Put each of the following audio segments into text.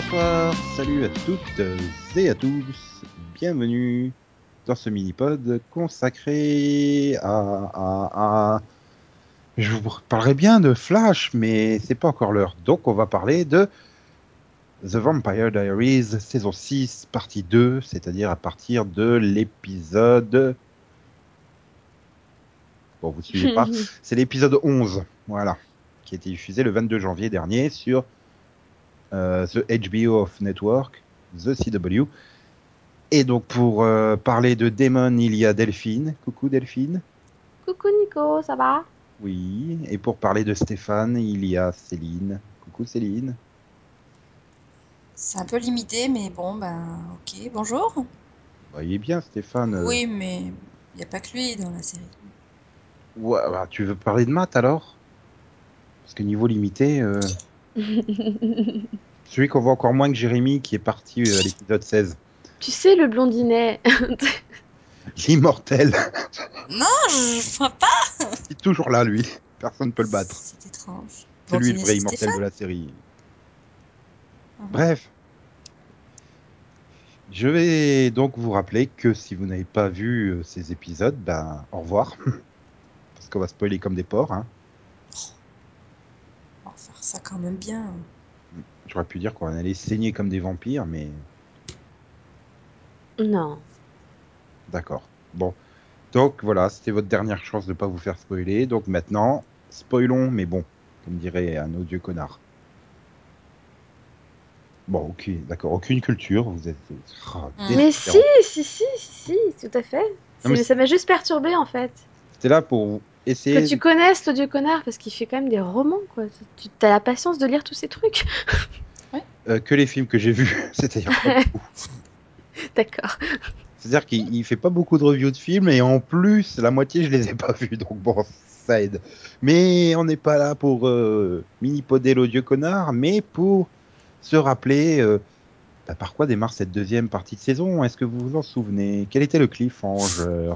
bonsoir, salut à toutes et à tous, bienvenue dans ce mini-pod consacré à... Je vous parlerai bien de Flash, mais c'est pas encore l'heure. Donc on va parler de The Vampire Diaries, saison 6, partie 2, c'est-à-dire à partir de l'épisode... Bon, vous suivez pas, c'est l'épisode 11, voilà, qui a été diffusé le 22 janvier dernier sur The HBO of Network, The CW. Et donc pour parler de Damon, il y a Delphine. Coucou Delphine. Coucou Nico, ça va? Oui. Et pour parler de Stéphane, il y a Céline. Coucou Céline. C'est un peu limité, mais bon, ben, ok, bonjour. Bah, il est bien Stéphane. Oui, mais il n'y a pas que lui dans la série. Ouais, bah, tu veux parler de maths alors? Parce que niveau limité, celui qu'on voit encore moins que Jérémy qui est parti à l'épisode 16. Tu sais, le blondinet. L'immortel. Non, je vois pas. Il est toujours là lui. Personne ne peut le battre. C'est étrange. C'est lui le Blondinet, vrai c'est immortel de Stéphane? la série. Mhm. Bref. Je vais donc vous rappeler que si vous n'avez pas vu ces épisodes, ben au revoir. Parce qu'on va spoiler comme des porcs. Hein. On va faire ça quand même bien. J'aurais pu dire qu'on allait saigner comme des vampires, mais Non. d'accord. Bon, donc voilà, c'était votre dernière chance de ne pas vous faire spoiler. Donc maintenant, spoilons, mais bon, comme dirait un odieux connard. Bon, ok, d'accord, aucune culture, vous êtes Mhm. Mais si, désespérant. tout à fait. Non mais Ça m'a juste perturbé en fait. c'était là pour Que essayer. tu connaisses ce dieu connard, parce qu'il fait quand même des romans, quoi. Tu as la patience de lire tous ces trucs. Ouais. Que les films que j'ai vus, c'est-à-dire pas beaucoup. D'accord. C'est-à-dire qu'il fait pas beaucoup de reviews de films et en plus, la moitié, je les ai pas vus. Donc bon, ça aide. Mais on n'est pas là pour mini-poder l'odieux connard, mais pour se rappeler bah, par quoi démarre cette deuxième partie de saison. Est-ce que vous vous en souvenez? Quel était le cliffhanger?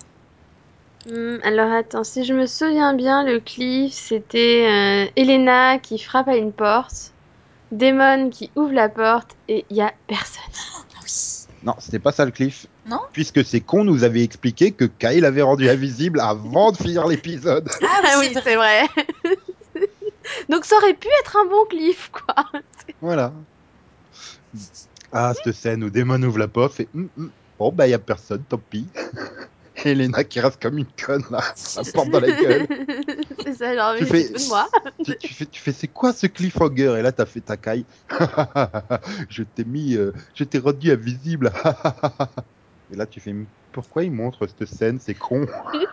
Alors attends, si je me souviens bien, le cliff, c'était Elena qui frappe à une porte, Damon qui ouvre la porte et il y a personne. Ah oui. Non, c'était pas ça le cliff. Non? Puisque c'est con nous avait expliqué que Kyle avait rendu invisible avant de finir l'épisode. Ah oui, Ah c'est oui, c'est vrai. vrai. Donc ça aurait pu être un bon cliff, quoi. Voilà. Ah, cette scène où Damon ouvre la porte, fait bon, bah, y a personne, tant pis. Elena qui reste comme une conne, là, la porte dans la gueule. C'est ça, genre, Tu mais tu te fais, fous de moi. c'est quoi ce cliffhanger? Et là, t'as fait ta caille. Je t'ai rendu invisible. Et là, tu fais, pourquoi il montre cette scène? C'est con.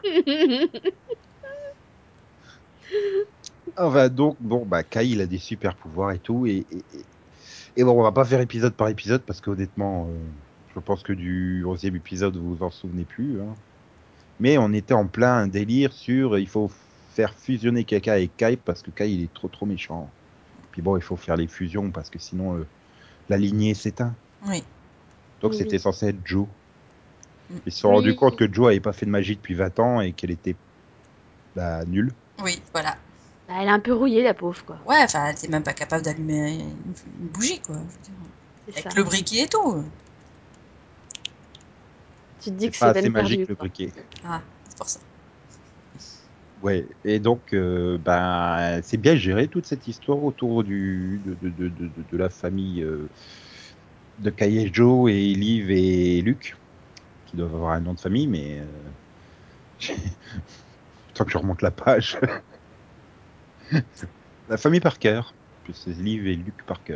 Enfin, donc, bon, bah, Kai, il a des super pouvoirs et tout. Et bon, on va pas faire épisode par épisode parce qu'honnêtement, je pense que du 11e épisode, vous vous en souvenez plus. Hein. Mais on était en plein délire sur il faut faire fusionner Kaka et Kai parce que Kai, il est trop méchant. Puis bon, il faut faire les fusions parce que sinon, la lignée s'éteint. Oui. Donc c'était Oui. censé être Joe. Mm. Ils se sont rendus compte Oui. que Joe avait pas fait de magie depuis 20 ans et qu'elle était bah, nulle. Oui, voilà. Bah, elle est un peu rouillée, la pauvre, quoi. Ouais, enfin, elle était même pas capable d'allumer une bougie, quoi. Je veux dire. C'est Avec ça. le briquet et tout. Tu te dis C'est que pas c'est assez peine magique perdue, le quoi. briquet. Ah, c'est pour ça. Ouais, et donc, ben, c'est bien géré toute cette histoire autour de la famille de Kai et Joe et Liv et Luc, qui doivent avoir un nom de famille, mais tant que je remonte la page. La famille Parker, puis c'est Liv et Luc Parker.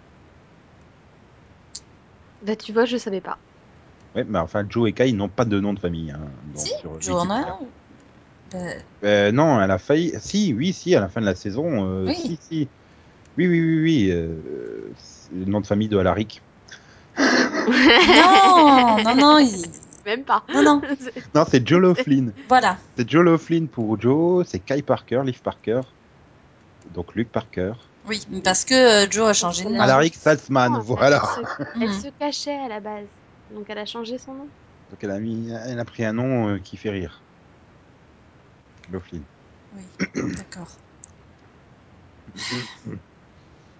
Bah, tu vois, je savais pas. Ouais, mais enfin, Joe et Kai n'ont pas de nom de famille hein, Si, sur Joe en a Wikipédia. un. Ben, Non, elle a failli. Si, oui, si, à la fin de la saison, oui. si, si. Oui, oui, oui, oui. C'est le nom de famille de Alaric. Non, non, non, Même pas. non, non. Non, c'est Joe Laughlin. Voilà. C'est Joe Laughlin pour Joe, c'est Kai Parker, Liv Parker, donc Luke Parker. Oui, Et parce que Joe a Parce changé de qu'elle a nom. Alaric changé son Saltzman, nom. voilà. Elle Mhm. se cachait à la base. Donc elle a changé son nom. Donc elle a pris un nom qui fait rire. Laughlin. Oui, d'accord.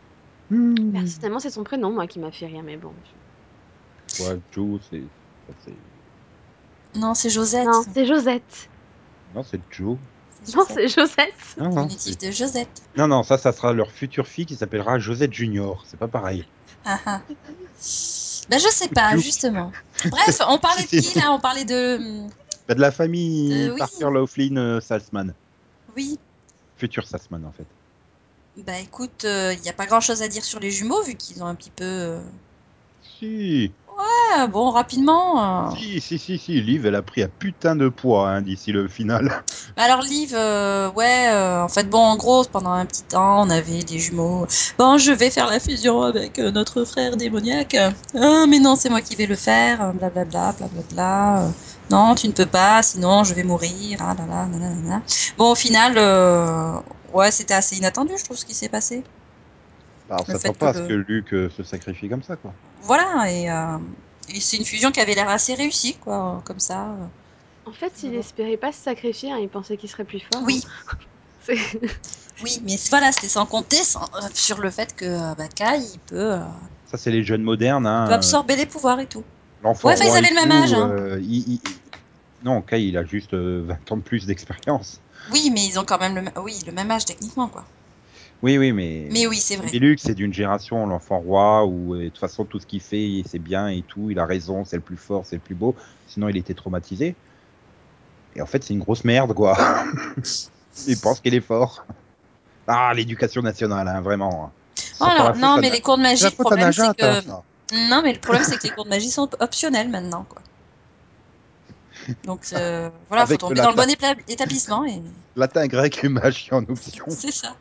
Personnellement, c'est son prénom, moi, qui m'a fait rire, mais bon. Ouais, Joe, c'est- Non, c'est Non, Josette. c'est Josette. Non, c'est Joe. C'est Non, Josette. c'est Josette. Non, non, Diminutif de Josette. non, ça sera leur future fille qui s'appellera Josette Junior. C'est pas pareil. Ah, ah. Ben, je sais Ou pas, Joe. justement. Bref, on parlait de qui là? On parlait Bah, de la famille de. Oui, Parker Laughlin Salzman. oui. Futur Salzman, en fait. Bah écoute, il n'y a pas grand-chose à dire sur les jumeaux vu qu'ils ont un petit peu. Si, Ah, bon, rapidement. si. Liv, elle a pris un putain de poids hein, d'ici le final. Bah alors Liv, ouais, en fait, bon, en gros, pendant un petit temps, on avait des jumeaux. Bon, je vais faire la fusion avec notre frère démoniaque. Ah, mais non, c'est moi qui vais le faire. Blablabla, blablabla. Non, tu ne peux pas, sinon je vais mourir. Ah là là, nanana. Bon, au final, ouais, c'était assez inattendu, je trouve, ce qui s'est passé. Bah, on Le s'attend fait que pas à ce le. que Luke se sacrifie comme ça, quoi. Voilà, et c'est une fusion qui avait l'air assez réussie, quoi, comme ça. En fait, il espérait pas se sacrifier, hein, il pensait qu'il serait plus fort. Hein. Oui, C'est- oui, mais voilà, c'était sans compter sur le fait que bah, Kai, Ça, c'est les jeunes modernes, il peut hein. absorber les pouvoirs et tout. Ouais, L'enfant enfin, ils roi et avaient le même âge, tout. hein. Non, Kai, il a juste 20 ans de plus d'expérience. Oui, mais ils ont quand même oui, le même âge techniquement, quoi. Oui, mais Mais oui, c'est vrai. Luke, c'est d'une génération, l'enfant roi, où de toute façon, tout ce qu'il fait, c'est bien et tout. Il a raison, c'est le plus fort, c'est le plus beau. Sinon, il était traumatisé. Et en fait, c'est une grosse merde, quoi. Il pense qu'il est fort. Ah, l'éducation nationale, hein, vraiment. Ce sera pas Alors, la faute non, à mais les cours de C'est magie, la le faute à problème, c'est Najat, hein, que. ça. Non, mais le problème, c'est que les cours de magie sont optionnels maintenant, quoi. Donc, voilà, faut Avec le tomber dans le bon latin, établissement et latin, grec et magie en option. c'est ça.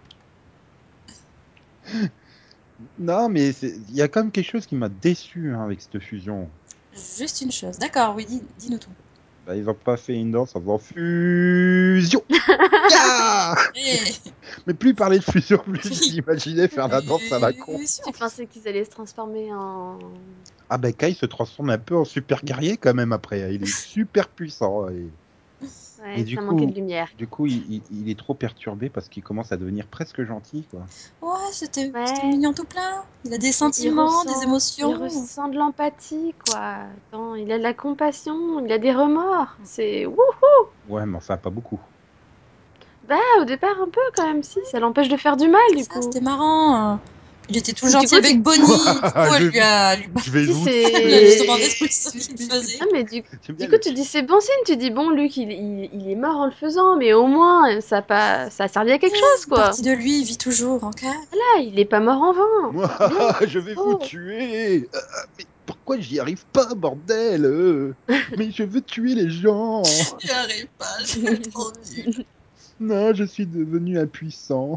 Non, mais il y a quand même quelque chose qui m'a déçu hein, avec cette fusion. Juste une chose. D'accord, oui, dis-nous tout. Bah, ils ont pas fait une danse en faisant fusion. Ya Eh, Mais plus parler de fusion, plus j'imaginais faire la danse à la con. Tu fusion. pensais qu'ils allaient se transformer en... Ah ben Kai se transforme un peu en super guerrier quand même après. Il est super puissant. Et Ouais, ça manquait de lumière. du coup il est trop perturbé parce qu'il commence à devenir presque gentil, quoi. Ouais, c'était Ouais, mignon tout plein. Il a des il sentiments, des il émotions. ressent de l'empathie, quoi. Attends, il a de la compassion, il a des remords. C'est... Wouh! Ouais, mais enfin, pas beaucoup. Bah, au départ, un peu, quand même, si. Ça l'empêche de faire du mal, C'est du ça, coup. c'était marrant. Il était tout Du gentil coup, tu... avec Bonnie. Du coup, je, elle je vais Si, vous lui a juste c'est... demandé tuer. ce qu'il faisait. Ah, mais J'aime bien du coup, le tu dis c'est bon signe, tu dis bon, Luc, il est mort en le faisant, mais au moins, ça a servi à quelque chose, Une quoi. partie de lui vit toujours en cas. Là, il est pas mort en vain. Moi, C'est bien. je vais vous Oh. tuer. Mais pourquoi j'y arrive pas, bordel Mais je veux tuer les gens. J'y arrive pas, c'est trop nul. Non, je suis devenu impuissant.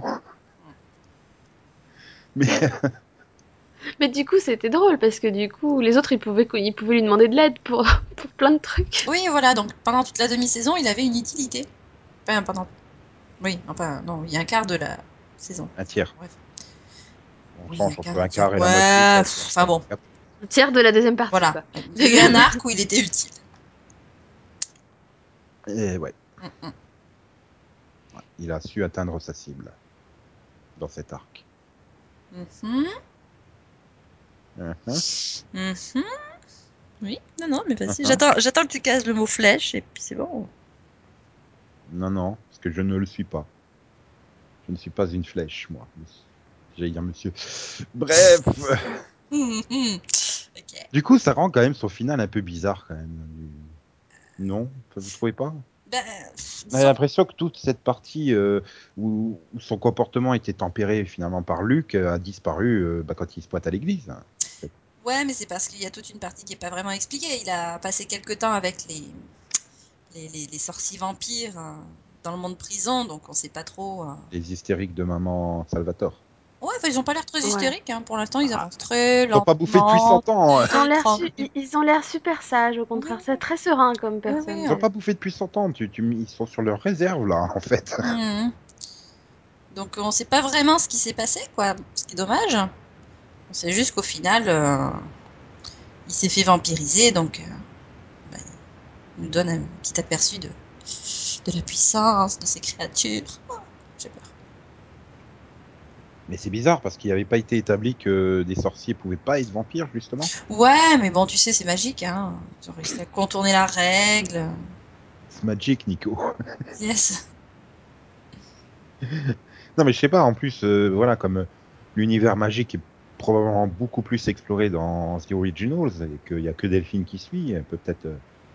Mais Mais du coup, c'était drôle parce que du coup, les autres, ils pouvaient lui demander de l'aide pour, pour plein de trucs. Oui, voilà, donc pendant toute la demi-saison, il avait une utilité. Enfin, pendant. Oui, enfin, non, il y a un quart de la saison. un tiers. Bref. On Oui, change un entre quart, un un tiers. quart et la moitié, c'est Ouais, un tiers. enfin Ouais, bon, capté. Un tiers de la deuxième partie, voilà. quoi. Il y a eu un arc où il était utile. Et ouais, Mm, mm. il a su atteindre sa cible dans cet arc. Mhm, Mhm, mhm. Oui, non, non, mais vas-y, mhm. j'attends que tu cases le mot flèche et puis c'est bon. Non, non, parce que je ne le suis pas. Je ne suis pas une flèche, moi. J'allais dire monsieur. Bref. Mhm. Ok. Du coup, ça rend quand même son final un peu bizarre, quand même. Non? Vous trouvez pas? Ben, On a disons. l'impression que toute cette partie où son comportement était tempéré finalement par Luc a disparu quand il se pointe à l'église, hein, en fait. Ouais, mais c'est parce qu'il y a toute une partie qui est pas vraiment expliquée. Il a passé quelque temps avec les sorciers vampires dans le monde prison, donc on sait pas trop. Les hystériques de maman Salvatore. Ouais, enfin, ils ont pas l'air très Ouais. hystériques, hein. Pour l'instant, ils Ah, avancent très ils ont pas bouffé depuis lentement, 100 ans. Hein. très tranquilles. Ils ont l'air super sages, au Oui, contraire. C'est très serein comme oui, oui. Ils ont personnage. pas bouffé depuis 100 ans. Ils sont sur leur réserve là, en fait. Mhm. Donc on sait pas vraiment ce qui s'est passé, quoi. Ce qui est dommage. On sait juste qu'au final, il s'est fait vampiriser, donc bah, il nous donne un petit aperçu de la puissance de ces créatures. Oh, j'ai peur. Mais c'est bizarre parce qu'il n'avait pas été établi que des sorciers pouvaient pas être vampires, justement. Ouais, mais bon, tu sais, c'est magique, hein. Ils ont réussi à contourner la règle. C'est magique, Nico. Yes. Non, mais je sais pas, en plus, voilà, comme l'univers magique est probablement beaucoup plus exploré dans The Originals et qu'il y a que Delphine qui suit, elle peut peut-être.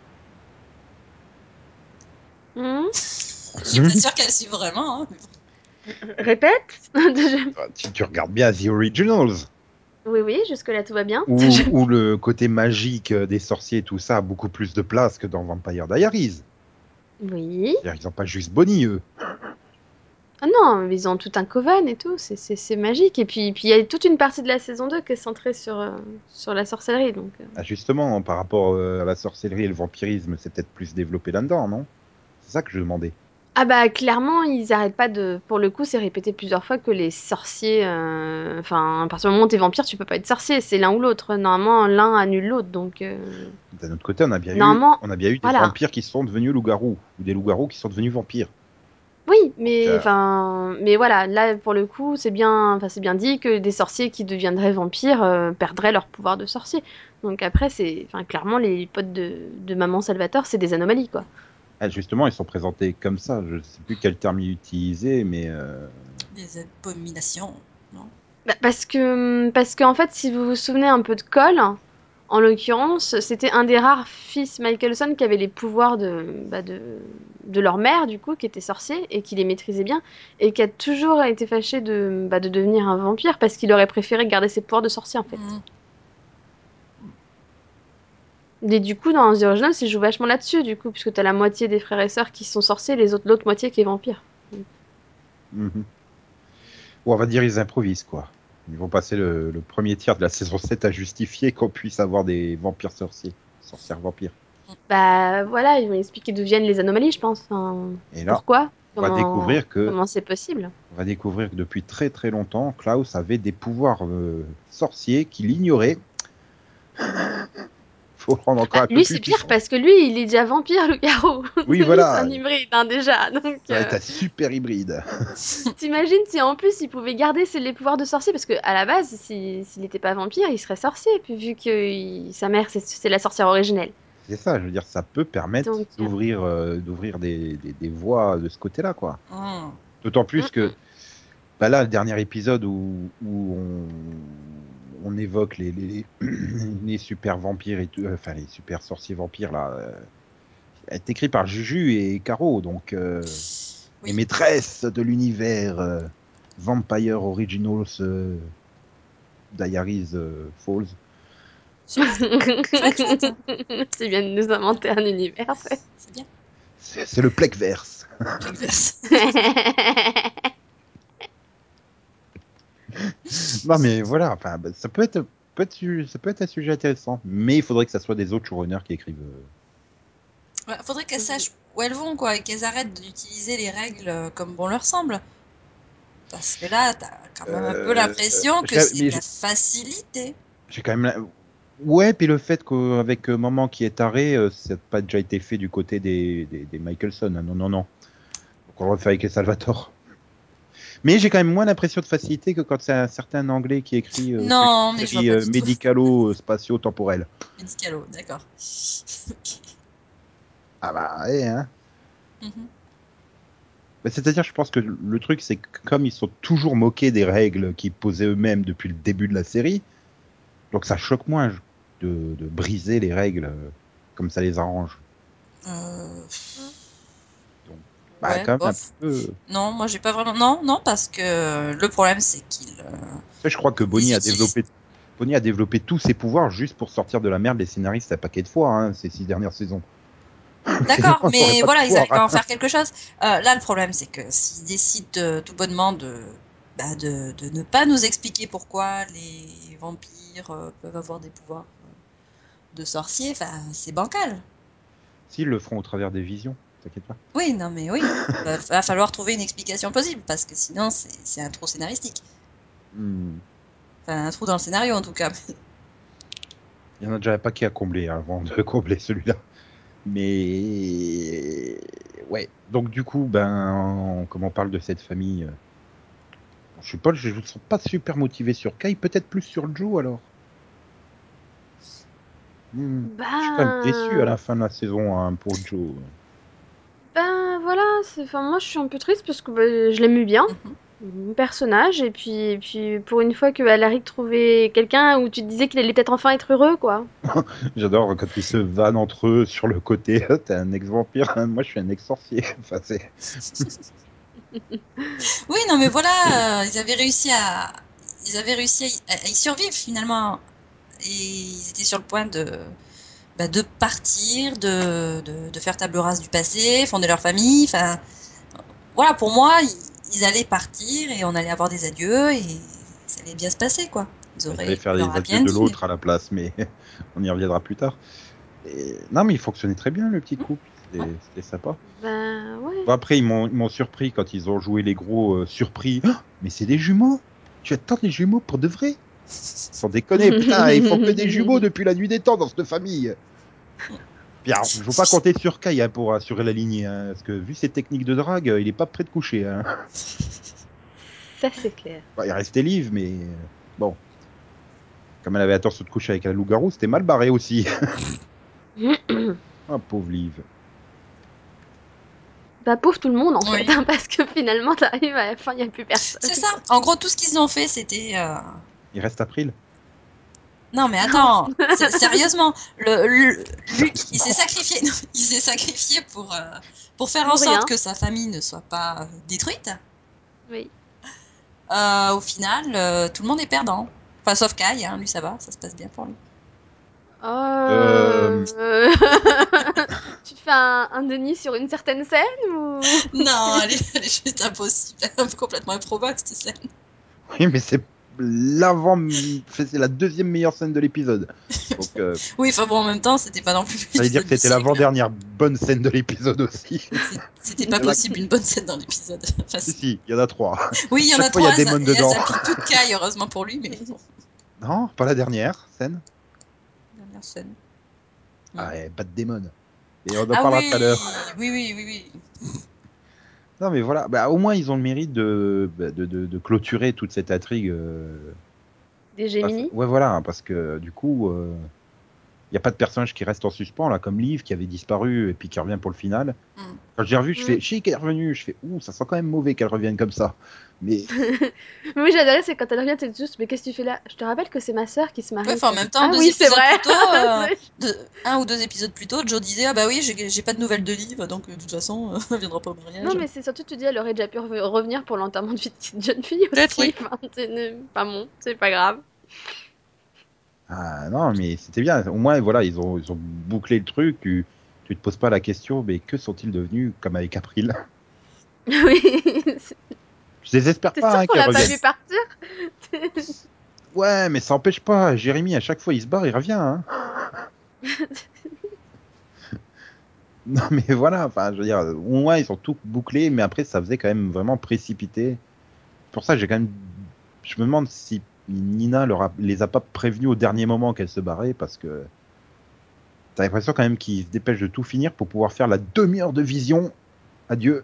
Hmm. Je suis pas sûre qu'elle suit vraiment, hein. Répète. Si tu regardes bien The Originals, Oui, oui, jusque-là tout va bien. où le côté magique des sorciers et tout ça a beaucoup plus de place que dans Vampire Diaries. Oui. C'est-à-dire qu'ils n'ont pas juste Bonnie, eux. Ah non, mais ils ont tout un coven et tout, c'est magique. Et puis il y a toute une partie de la saison 2 qui est centrée sur la sorcellerie. Donc, Ah, justement, par rapport à la sorcellerie et le vampirisme, c'est peut-être plus développé là-dedans, non? C'est ça que je demandais. Ah bah clairement, ils arrêtent pas de... Pour le coup, c'est répété plusieurs fois que les sorciers... Enfin, à partir du moment où t'es vampire, tu peux pas être sorcier, c'est l'un ou l'autre. Normalement, l'un annule l'autre, donc... D'un autre côté, Normalement, on a bien eu des voilà. vampires qui sont devenus loups-garous, ou des loups-garous qui sont devenus vampires. Oui, Donc, mais voilà, là pour le coup, c'est bien dit que des sorciers qui deviendraient vampires perdraient leur pouvoir de sorcier. Donc après, enfin clairement les potes de maman Salvatore, c'est des anomalies quoi. justement, ils sont présentés comme ça. Je sais plus quel terme il utilisait, mais Des abominations, non? Bah, parce que en fait, si vous vous souvenez un peu de Cole, en l'occurrence, c'était un des rares fils Michelson qui avait les pouvoirs de leur mère, du coup, qui était sorcier et qui les maîtrisait bien, et qui a toujours été fâché de devenir un vampire parce qu'il aurait préféré garder ses pouvoirs de sorcier, en fait. Mhm. Et du coup, dans The Originals, il joue vachement là-dessus, du coup, puisque t'as la moitié des frères et sœurs qui sont sorciers, l'autre moitié qui est vampire. mhm. Ou on va dire ils improvisent, quoi. Ils vont passer le premier tiers de la saison 7 à justifier qu'on puisse avoir des vampires sorciers, sorcières vampires. Bah voilà, ils vont expliquer d'où viennent les anomalies, je pense. Enfin, Et là, pourquoi? on va découvrir que, Comment c'est possible? on va découvrir que depuis très très longtemps, Klaus avait des pouvoirs sorciers qu'il ignorait. Faut le rendre encore Bah, un peu lui, plus c'est pire puissant. parce que lui, il est déjà vampire, le garou. Oui, Lui, c'est voilà, un hybride, hein, déjà. Donc, ça va être un super hybride. t'imagines si en plus il pouvait garder les pouvoirs de sorcier? Parce que à la base, s'il n'était pas vampire, il serait sorcier. Puis vu que sa mère, c'est la sorcière originelle. C'est ça, je veux dire, ça peut permettre Donc, d'ouvrir des voies de ce côté-là, quoi. Mhm. D'autant mm, plus que, mm. bah là, le dernier épisode où on évoque les super vampires et tout, enfin les super sorciers vampires là, est écrit par Juju et Caro, donc les Oui. maîtresses de l'univers Vampire Originals Diaries Falls. Chouette. Chouette, chouette. Tu viens de nous inventer un univers. C'est bien. C'est le Plekverse. Blackverse. Non mais voilà, enfin, bah, ça peut être un sujet intéressant, mais il faudrait que ça soit des autres showrunners qui écrivent. Ouais, faudrait qu'elles sachent où elles vont, quoi, et qu'elles arrêtent d'utiliser les règles comme bon leur semble. Parce que là, t'as quand même un peu l'impression que c'est Mais de la facilité. j'ai quand même ouais, puis le fait qu'avec Maman qui est taré, ça n'a pas déjà été fait du côté des Michelson, hein. Non, non, non. Donc on le refait avec les Salvatore. Mais j'ai quand même moins l'impression de facilité que quand c'est un certain anglais qui écrit Non, mais je vois série pas du tout. médicalo-spatio-temporelle. Médicalo, d'accord. Ok. Ah bah ouais, hein. Mhm. Bah, c'est-à-dire, je pense que le truc, c'est que comme ils sont toujours moqués des règles qu'ils posaient eux-mêmes depuis le début de la série, donc ça choque moins de briser les règles comme ça les arrange. Euh, Donc, bah, ouais, quand même un bof. peu. Non, moi j'ai pas vraiment. Non, non, parce que le problème c'est qu'ils Ça, je crois que les utilisent. Bonnie a développé tous ses pouvoirs juste pour sortir de la merde les scénaristes un paquet de fois, hein, ces 6 dernières saisons. Sinon, D'accord, on n'aurait mais pas de voilà, ils pouvoir, arrivent à en hein. faire quelque chose. Là, le problème c'est que s'ils décident tout bonnement de ne pas nous expliquer pourquoi les vampires peuvent avoir des pouvoirs de sorciers, enfin, c'est bancal. S'ils le feront au travers des visions, t'inquiète pas. Oui, non, mais oui. Va falloir trouver une explication possible, parce que sinon, c'est un trou scénaristique. Hmm. Enfin, un trou dans le scénario, en tout cas. Il y en a déjà un paquet à combler, hein, avant de combler celui-là. Mais ouais. Donc du coup, ben, comme on parle de cette famille Je sais pas, je ne sens pas super motivé sur Kai, peut-être plus sur Joe alors. Je suis quand même déçu à la Ben, fin de la saison hein, pour Joe. ben voilà, enfin, moi je suis un peu triste parce que bah, je l'aimais bien, Mhm. mon personnage, et puis pour une fois que Alaric trouvait quelqu'un où tu te disais qu'il allait peut-être enfin être heureux, quoi. J'adore quand ils se vannent entre eux sur le côté. T'es un ex-vampire, hein, moi je suis un ex-sorcier. Enfin, c'est... Oui, non, mais voilà, ils avaient réussi à y survivre finalement. Et ils étaient sur le point de partir, de faire table rase du passé, fonder leur famille. Enfin, voilà, pour moi, ils allaient partir et on allait avoir des adieux et ça allait bien se passer, quoi. Ils Ils allaient auraient faire eu leur les happy adieux de ending. l'autre à la place, mais on y reviendra plus tard. Et... Non, mais il fonctionnait très bien le petit couple. C'était sympa. Ben ouais. Bon, après, ils m'ont surpris quand ils ont joué les gros surpris. Ah, mais c'est des jumeaux. Tu attends des jumeaux pour de vrai? Sans déconner, putain, ils font que des jumeaux depuis la nuit des temps dans cette famille. Puis alors, je ne veux pas compter sur Kai hein, pour assurer la lignée, hein, parce que vu ses techniques de drague, il est pas prêt de coucher. Hein. Ça c'est clair. Bah, il restait Liv, mais bon, comme elle avait l'intention de coucher avec un loup-garou, c'était mal barré aussi. Ah, pauvre Liv. Bah pauvre tout le monde en fait, Oui. hein, parce que finalement t'arrives à la fin, il n'y a plus personne, C'est ça. quoi. En gros, tout ce qu'ils ont fait, c'était. Il reste April. Non, mais Non. attends, sérieusement, Luc, il s'est sacrifié, non, il s'est sacrifié pour faire en Pour sorte rien. que sa famille ne soit pas détruite. Oui. Au final, tout le monde est perdant. Enfin, sauf Kai, hein, lui ça va, ça se passe bien pour lui. Euh... Euh... Tu te fais un Denis sur une certaine scène ou... Non, elle est juste impossible, elle est complètement improbable cette scène. Oui, mais c'est l'avant, c'est la deuxième meilleure scène de l'épisode. Donc, Oui, enfin bon, en même temps, c'était pas non plus ça veut dire l'épisode que du c'était siècle, hein. l'avant-dernière bonne scène de l'épisode aussi. C'était pas Il y en a... possible une bonne scène dans l'épisode. Enfin, Si, si, il y en a trois. oui, il y en a Chaque fois, il y a trois, Damon et elles dedans. s'impliquent toutes Kai, heureusement pour lui, mais bon, Non, pas la dernière scène. dernière scène. Ah, pas de Damon. Et on en Ah parlera tout à l'heure. oui, oui, oui, oui, oui. Non, mais voilà. Bah, au moins, ils ont le mérite de clôturer toute cette intrigue. Des Géminis? Ouais, voilà, hein, parce que du coup, il n'y a pas de personnage qui reste en suspens, là, comme Liv qui avait disparu et puis qui revient pour le final. Mm. Quand j'ai revu, je Mm. fais chic, elle est revenue. Je fais ouh, ça sent quand même mauvais qu'elle revienne comme ça. Mais Oui, j'adorais, c'est quand elle revient, t'es juste, mais qu'est-ce que tu fais là? Je te rappelle que c'est ma sœur qui se Ouais, marie. enfin, en T'as même fait, temps, ah deux oui, c'est épisodes vrai. plus tôt, un ou deux épisodes plus tôt, Joe disait, ah bah oui, j'ai pas de nouvelles de Liv, donc de toute façon, elle viendra pas au Non, mariage. mais c'est surtout, tu dis, elle aurait déjà pu revenir pour l'enterrement de vie de petite jeune fille Peut-être, aussi. oui. Enfin, pas bon, c'est pas grave. ah non, mais c'était bien. Au moins, voilà, ils ont bouclé le truc. Tu te poses pas la question, mais que sont-ils devenus comme avec April? Oui. Je désespère T'es pas sûr hein, qu'on qu'elle l'a pas revienne. vu partir? Ouais, mais ça empêche pas. Jérémy, à chaque fois, il se barre, il revient. Hein. Non, mais voilà. Enfin, je veux dire, au moins, ils sont tout bouclés, mais après, ça faisait quand même vraiment précipité. C'est pour ça que j'ai quand même. Je me demande si Nina les a pas prévenus au dernier moment qu'elle se barrait, parce que t'as l'impression quand même qu'ils se dépêchent de tout finir pour pouvoir faire la demi-heure de vision. Adieu.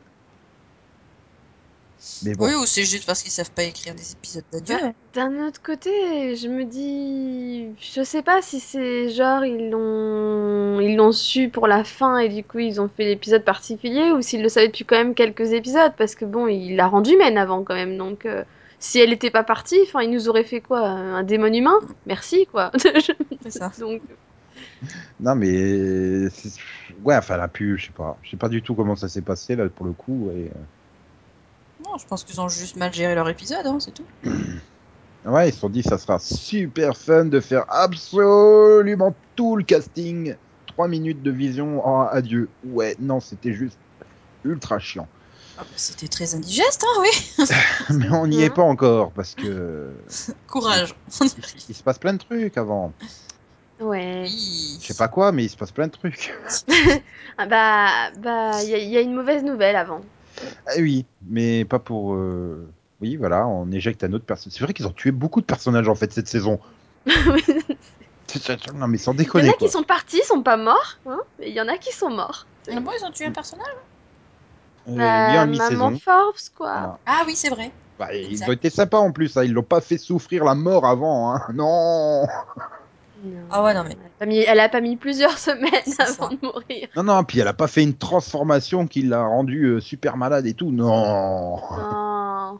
Mais bon. Oui, ou c'est juste parce qu'ils savent pas écrire des épisodes d'adieu, Bah, hein. d'un autre côté, je me dis, je sais pas si c'est genre ils l'ont su pour la fin et du coup ils ont fait l'épisode particulier ou s'ils le savaient depuis quand même quelques épisodes parce que bon, il l'a rendu humaine avant quand même donc si elle était pas partie, enfin il nous aurait fait quoi, un démon humain? Merci quoi. C'est ça. Donc Non, mais. Ouais, enfin, elle a pu. Je sais pas. Je sais pas du tout comment ça s'est passé, là, pour le coup. Et... Non, je pense qu'ils ont juste mal géré leur épisode, hein, c'est tout. Ouais, ils se sont dit, ça sera super fun de faire absolument tout le casting. 3 minutes de vision. Oh, adieu. Ouais, non, c'était juste ultra chiant. Ah bah, c'était très indigeste, hein, oui. Mais on n'y est mhm. pas encore parce que il, Courage, on y il arrive. se passe plein de trucs avant. Ouais. Oui. Je sais pas quoi, mais il se passe plein de trucs. Ah bah il y a une mauvaise nouvelle avant. Ah oui, mais pas pour. Oui, voilà, on éjecte un autre personnage. C'est vrai qu'ils ont tué beaucoup de personnages en fait cette saison. Non, mais sans Il y en déconner a qui quoi. sont partis, sont pas morts, hein, mais il y en a qui sont morts. Ah bon, ils ont tué un personnage? Lui en Maman mi-saison. Forbes, quoi. Voilà. Ah oui, c'est vrai. Bah, ils ont Exact. été sympas en plus, hein. Ils l'ont pas fait souffrir la mort avant. Hein. Non. Ah ouais, Non, non mais elle a pas mis plusieurs semaines c'est avant ça. de mourir. Non, non, puis elle a pas fait une transformation qui l'a rendu super malade et tout. Non. Non.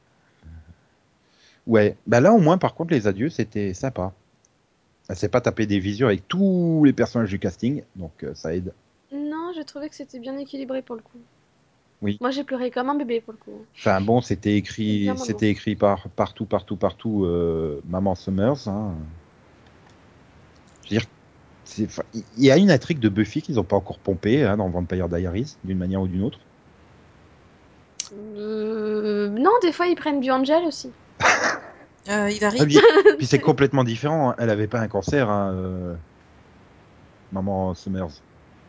Ouais, bah là au moins par contre les adieux c'était sympa. Elle s'est pas tapé des visures avec tous les personnages du casting, donc ça aide. Non, j'ai trouvé que c'était bien équilibré pour le coup. Oui. Moi, j'ai pleuré comme un bébé pour le coup. Enfin bon, C'est bien mollo. c'était écrit partout Maman Summers. Hein. Je veux dire, il y a une intrigue de Buffy qu'ils ont pas encore pompé hein, dans Vampire Diaries d'une manière ou d'une autre. Non, des fois, ils prennent du Angel aussi. Il varie. Ah, puis c'est complètement différent. Hein. Elle avait pas un cancer, hein, Maman Summers.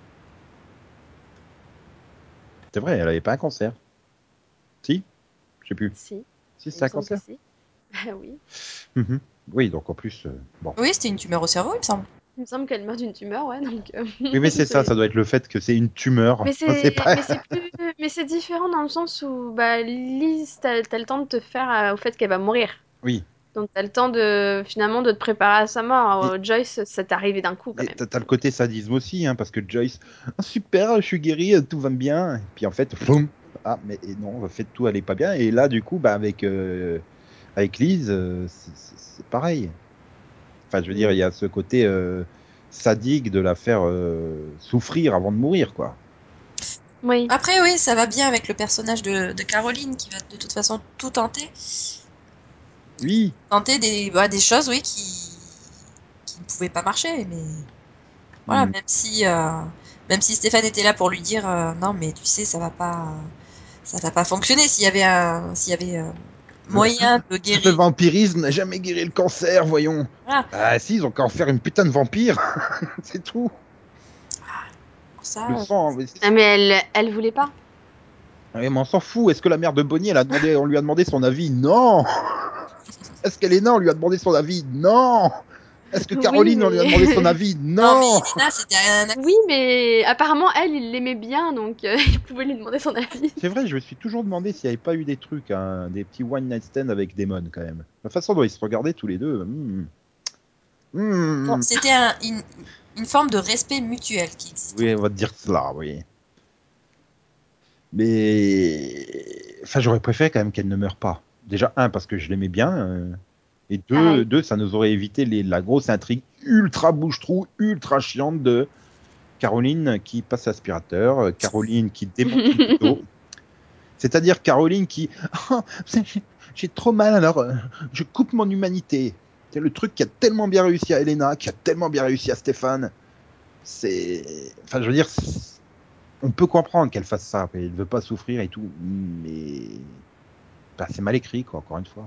C'est vrai, elle avait pas un cancer. Si, je sais plus. Si, Si il c'est me un semble que cancer. si. Ah oui. Mhm. Oui, donc en plus, bon. Oui, c'était une tumeur au cerveau, il me semble. Il me semble qu'elle meurt d'une tumeur, ouais, donc Oui, mais c'est ça, c'est... ça doit être le fait que c'est une tumeur. C'est pas. Mais c'est plus... Mais c'est différent dans le sens où, bah, Lise, t'as le temps de te faire au fait qu'elle va mourir. Oui. Donc t'as le temps de, finalement, de te préparer à sa mort. Et, Joyce, ça t'est arrivé d'un coup, quand et même. t'as le côté sadisme aussi, hein, parce que Joyce, ah, super, je suis guéri, tout va bien. Et puis en fait, boum. Ah, mais et non, en fait, tout allait pas bien. Et là, du coup, bah, avec Lise, c'est pareil. Enfin, je veux dire, il Mm. y a ce côté sadique de la faire souffrir avant de mourir, quoi. Oui. Après, oui, ça va bien avec le personnage de Caroline qui va de toute façon tout tenter. Oui. Tenter des choses, oui, qui ne pouvaient pas marcher. Mais voilà, Mm. même si Stéphane était là pour lui dire non, mais tu sais, ça va pas fonctionner. S'il y avait moyen de Le guérir. vampirisme n'a jamais guéri le cancer, voyons. Voilà, Ah si, ils ont qu'à en faire une putain de vampire. C'est tout. pour Le ça. sang. Mais Ah, mais elle voulait pas. mais on s'en fout. Est-ce que la mère de Bonnie, on lui a demandé son avis? Non. Est-ce qu'Elena, on lui a demandé son avis? Non. Est-ce que Oui, Caroline, on lui a demandé son mais... avis? Non, mais Non. Elena, c'était un Oui, accident. mais apparemment, elle, il l'aimait bien, donc il pouvait lui demander son avis. C'est vrai, je me suis toujours demandé s'il n'y avait pas eu des trucs, hein, des petits one night stand avec Damon quand même. La façon dont ils se regardaient tous les deux. Bon, Hmm. c'était une forme de respect mutuel qui existait. Oui, on va te dire cela, oui. Mais enfin, j'aurais préféré quand même qu'elle ne meure pas. Déjà, un, parce que je l'aimais bien. Et Pareil. deux, ça nous aurait évité la grosse intrigue ultra bouche-trou, ultra chiante de Caroline qui passe l'aspirateur, Caroline qui démonte son couteau. C'est-à-dire Caroline qui... Oh, j'ai trop mal, alors je coupe mon humanité. C'est le truc qui a tellement bien réussi à Elena, qui a tellement bien réussi à Stéphane. C'est... Enfin, je veux dire, on peut comprendre qu'elle fasse ça. Elle ne veut pas souffrir et tout. Mais bah, c'est mal écrit, quoi, encore une fois.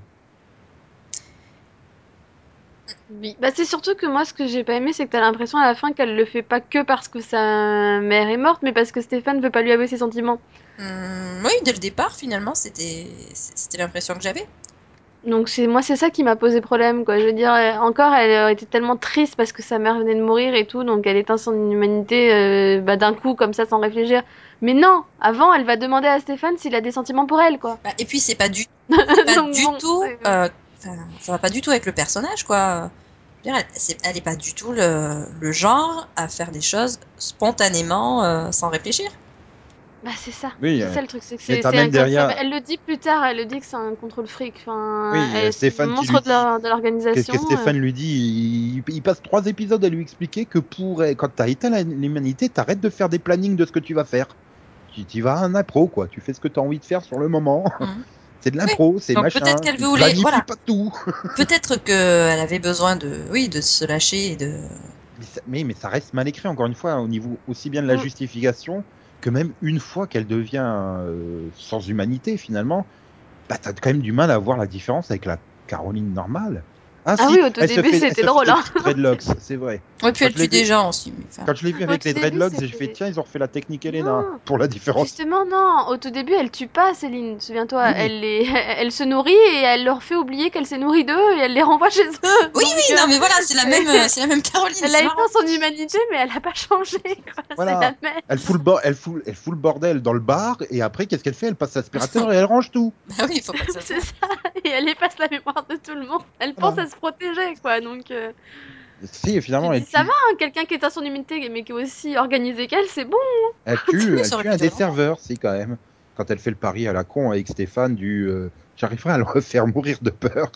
Oui. Bah, c'est surtout que moi, ce que j'ai pas aimé, c'est que t'as l'impression à la fin qu'elle le fait pas que parce que sa mère est morte, mais parce que Stéphane veut pas lui avouer ses sentiments. Oui, dès le départ, finalement, c'était l'impression que j'avais. Donc moi, c'est ça qui m'a posé problème, quoi. Je veux dire, encore, elle était tellement triste parce que sa mère venait de mourir et tout, donc elle éteint son humanité bah, d'un coup, comme ça, sans réfléchir. Mais non, avant, elle va demander à Stéphane s'il a des sentiments pour elle, quoi. Bah, et puis c'est pas Donc du bon, tout, enfin, ça va pas du tout avec le personnage, quoi. Je veux dire, elle est pas du tout le genre à faire des choses spontanément, sans réfléchir. bah Oui, c'est ça le truc, c'est que mais t'as c'est même un, comment ça s'appelle, derrière... elle le dit plus tard, elle le dit que c'est un contrôle fric, enfin, Oui, c'est le Stéphane qui lui monstre dit... de Que l'organisation. Stéphane lui dit, il passe 3 épisodes à lui expliquer que quand t'as éteint l'humanité, t'arrêtes de faire des plannings de ce que tu vas faire. Tu vas à un impro, quoi. Tu fais ce que t'as envie de faire sur le moment. Mhm. C'est de Oui. l'impro, c'est Donc peut-être machin. qu'elle Tu voulait, planifies voilà, pas tout. peut-être qu'elle avait besoin oui, de se lâcher et de. Mais ça reste mal écrit, encore une fois, au niveau aussi bien de la Mm. justification que même une fois qu'elle devient sans humanité, finalement, bah, t'as quand même du mal à voir la différence avec la Caroline normale. Ah Ah si, oui, au tout elle se début, fait, elle c'était se fait drôle, des hein. petits dreadlocks, c'est vrai. Ouais, puis Quand elle je l'ai tue des vu, gens aussi. Mais enfin, quand je l'ai vu Au avec tout les début, dreadlocks, j'ai fait c'était... tiens, ils ont refait la technique Elena Non, pour la différence. justement, non. Au tout début, elle tue pas Céline. Souviens-toi, Oui, elle se nourrit et elle leur fait oublier qu'elle s'est nourrie d'eux et elle les renvoie chez eux. oui, Donc, oui, non, mais voilà, c'est la même Caroline, elle c'est a éteint marrant. son humanité, mais elle a pas changé, quoi. C'est la voilà. même. Elle fout le bordel dans le bar et après, qu'est-ce qu'elle fait? Elle passe l'aspirateur et elle range tout. Bah oui, il faut pas que ça se C'est voit. ça. Et elle efface la mémoire de tout le monde. Elle pense Voilà. à se protéger, quoi. Donc, Si, tu finalement, dis, ça va, hein, quelqu'un qui éteint son humanité, mais qui est aussi organisé qu'elle, c'est bon. Oui, elle ça aurait tue pu un des durer longtemps. serveurs, si, quand même. Quand elle fait le pari à la con avec Stéphane j'arriverai à le refaire mourir de peur.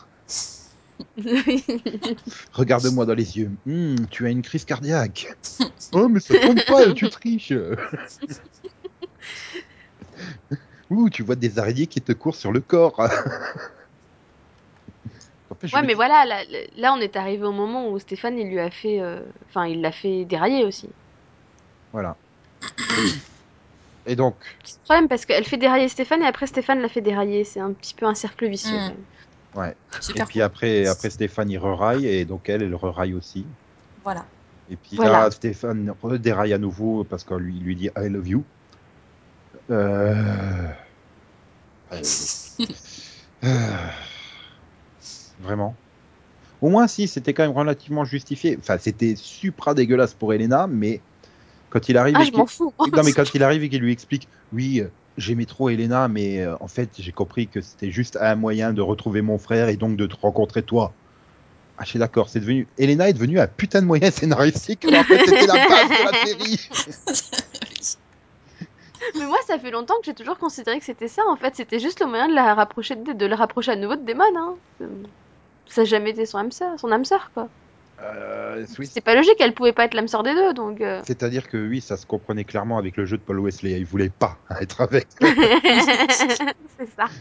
Regarde-moi dans les yeux. Tu as une crise cardiaque. Oh, mais ça tombe pas, tu triches. Ouh, tu vois des araignées qui te courent sur le corps. En fait, je Ouais, me mais dis, voilà, là, on est arrivé au moment où Stéphane, il lui a fait, enfin, il l'a fait dérailler aussi. voilà. Et donc, C'est le problème parce qu'elle fait dérailler Stéphane et après Stéphane la fait dérailler. C'est un petit peu un cercle vicieux quand Hmm, même. ouais. Et super puis cool. après Stéphane, il reraille, et donc elle reraille aussi. Voilà. Et puis là, Voilà. Stéphane redéraille à nouveau parce qu'il lui dit I love you. Euh... euh, Vraiment. Au moins, si, c'était quand même relativement justifié. Enfin, c'était supra dégueulasse pour Elena, mais quand il arrive Ah, et je m'en qu'il... fous. Non, mais quand il arrive et qu'il lui explique, oui, j'aimais trop Elena, mais en fait, j'ai compris que c'était juste un moyen de retrouver mon frère et donc de te rencontrer toi. Ah, je suis d'accord, c'est devenu... Elena est devenue un putain de moyen scénaristique, alors que c'était la base de la série. Oui. Mais moi, ça fait longtemps que j'ai toujours considéré que c'était ça. En fait, c'était juste le moyen de la rapprocher de le rapprocher à nouveau de Damon. Hein. Ça n'a jamais été son âme sœur, quoi. Oui, C'était pas logique, elle pouvait pas être l'âme sœur des deux, donc. c'est-à-dire que oui, ça se comprenait clairement avec le jeu de Paul Wesley. Il voulait pas être avec. C'est ça.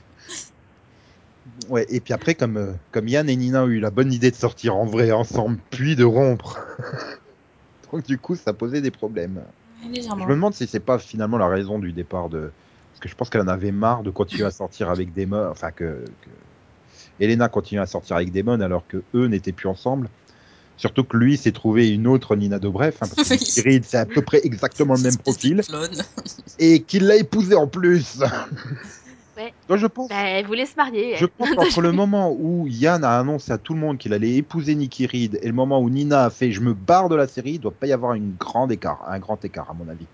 Ouais, et puis après, comme Yann et Nina ont eu la bonne idée de sortir en vrai ensemble, puis de rompre, donc du coup, ça posait des problèmes. Je me Légèrement. demande si c'est pas finalement la raison du départ de. Parce que je pense qu'elle en avait marre de continuer à sortir avec Damon. Enfin, que Elena continuait à sortir avec Damon alors que eux n'étaient plus ensemble. Surtout que lui s'est trouvé une autre Nina Dobrev, hein, parce que Oui. Nikki Reed, c'est à peu près exactement le Cette même espèce de profil, clone. et qu'il l'a épousée en plus. Ouais. Donc Bah, elle voulait se marier, je elle. pense qu'entre le moment où Yann a annoncé à tout le monde qu'il allait épouser Nikki Reed et le moment où Nina a fait je me barre de la série, il doit pas y avoir un grand écart à mon avis.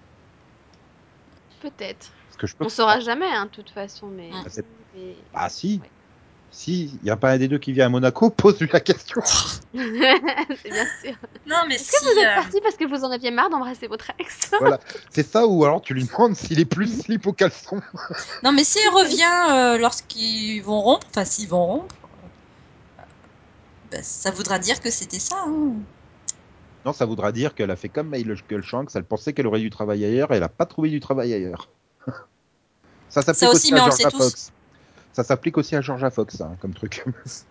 Peut-être. Parce que je peux On saura jamais, hein, de toute façon, mais. Mm. mais... Ah si, Ouais. si, il y a pas un des deux qui vient à Monaco, pose-lui la question. C'est bien sûr. Non, mais Est-ce que si. vous êtes parti parce que vous en aviez marre d'embrasser votre ex? Voilà, c'est ça, ou alors tu lui demandes s'il est plus slip au caleçon. Non, mais s'il revient lorsqu'ils vont rompre, enfin s'ils vont rompre, bah, ça voudra dire que c'était ça. Hein. Non, ça voudra dire qu'elle a fait comme May Shanks, elle pensait qu'elle aurait du travail ailleurs et elle a pas trouvé du travail ailleurs. Ça Ça s'applique aussi, aussi à mais on le sait Georgia tous. Fox. Ça s'applique aussi à Georgia Fox, hein, comme truc.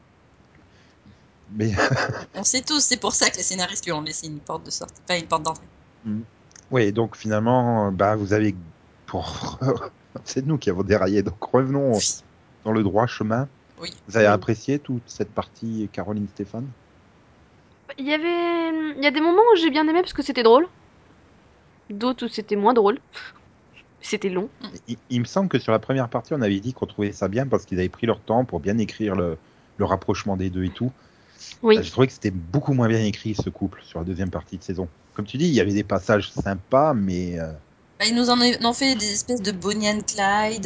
Mais On sait tous, c'est pour ça que les scénaristes lui ont laissé une porte de sortie, pas une porte d'entrée. oui, donc finalement, bah vous avez pour c'est nous qui avons déraillé. Donc revenons Oui, dans le droit chemin. oui. Vous avez Oui. apprécié toute cette partie Caroline Stéphane? Il y a des moments où j'ai bien aimé parce que c'était drôle. D'autres où c'était moins drôle. C'était long. Il me semble que sur la première partie, on avait dit qu'on trouvait ça bien parce qu'ils avaient pris leur temps pour bien écrire le rapprochement des deux et tout. Oui. J'ai trouvé que c'était beaucoup moins bien écrit ce couple sur la deuxième partie de saison. Comme tu dis, il y avait des passages sympas, mais Bah, ils nous en ont fait des espèces de Bonnie and Clyde.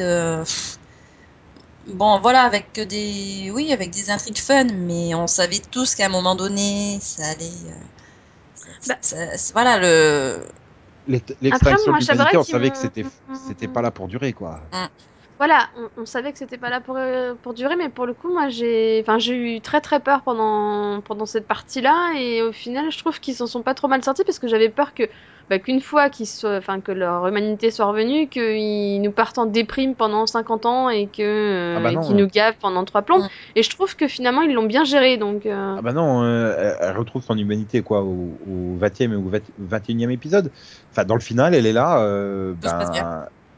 Bon, voilà, oui, avec des intrigues fun, mais on savait tous qu'à un moment donné, ça allait. Bah, Voilà après, l'extinction moi, de je t'avouerais l'humanité, on qu'ils savait que m'ont. c'était pas là pour durer, quoi. Mm. Voilà, on savait que c'était pas là pour durer, mais pour le coup, moi, j'ai eu très très peur pendant cette partie-là, et au final, je trouve qu'ils s'en sont pas trop mal sortis parce que j'avais peur qu'une fois que leur humanité soit revenue, qu'ils nous partent en déprime pendant 50 ans Ah bah qu'ils non, nous gavent pendant trois plombes. Mm. Et je trouve que finalement, ils l'ont bien géré, donc. ah bah non, elle retrouve son humanité quoi au 20e et au 21e épisode. Enfin, dans le final, elle est là. Tout se passe bien.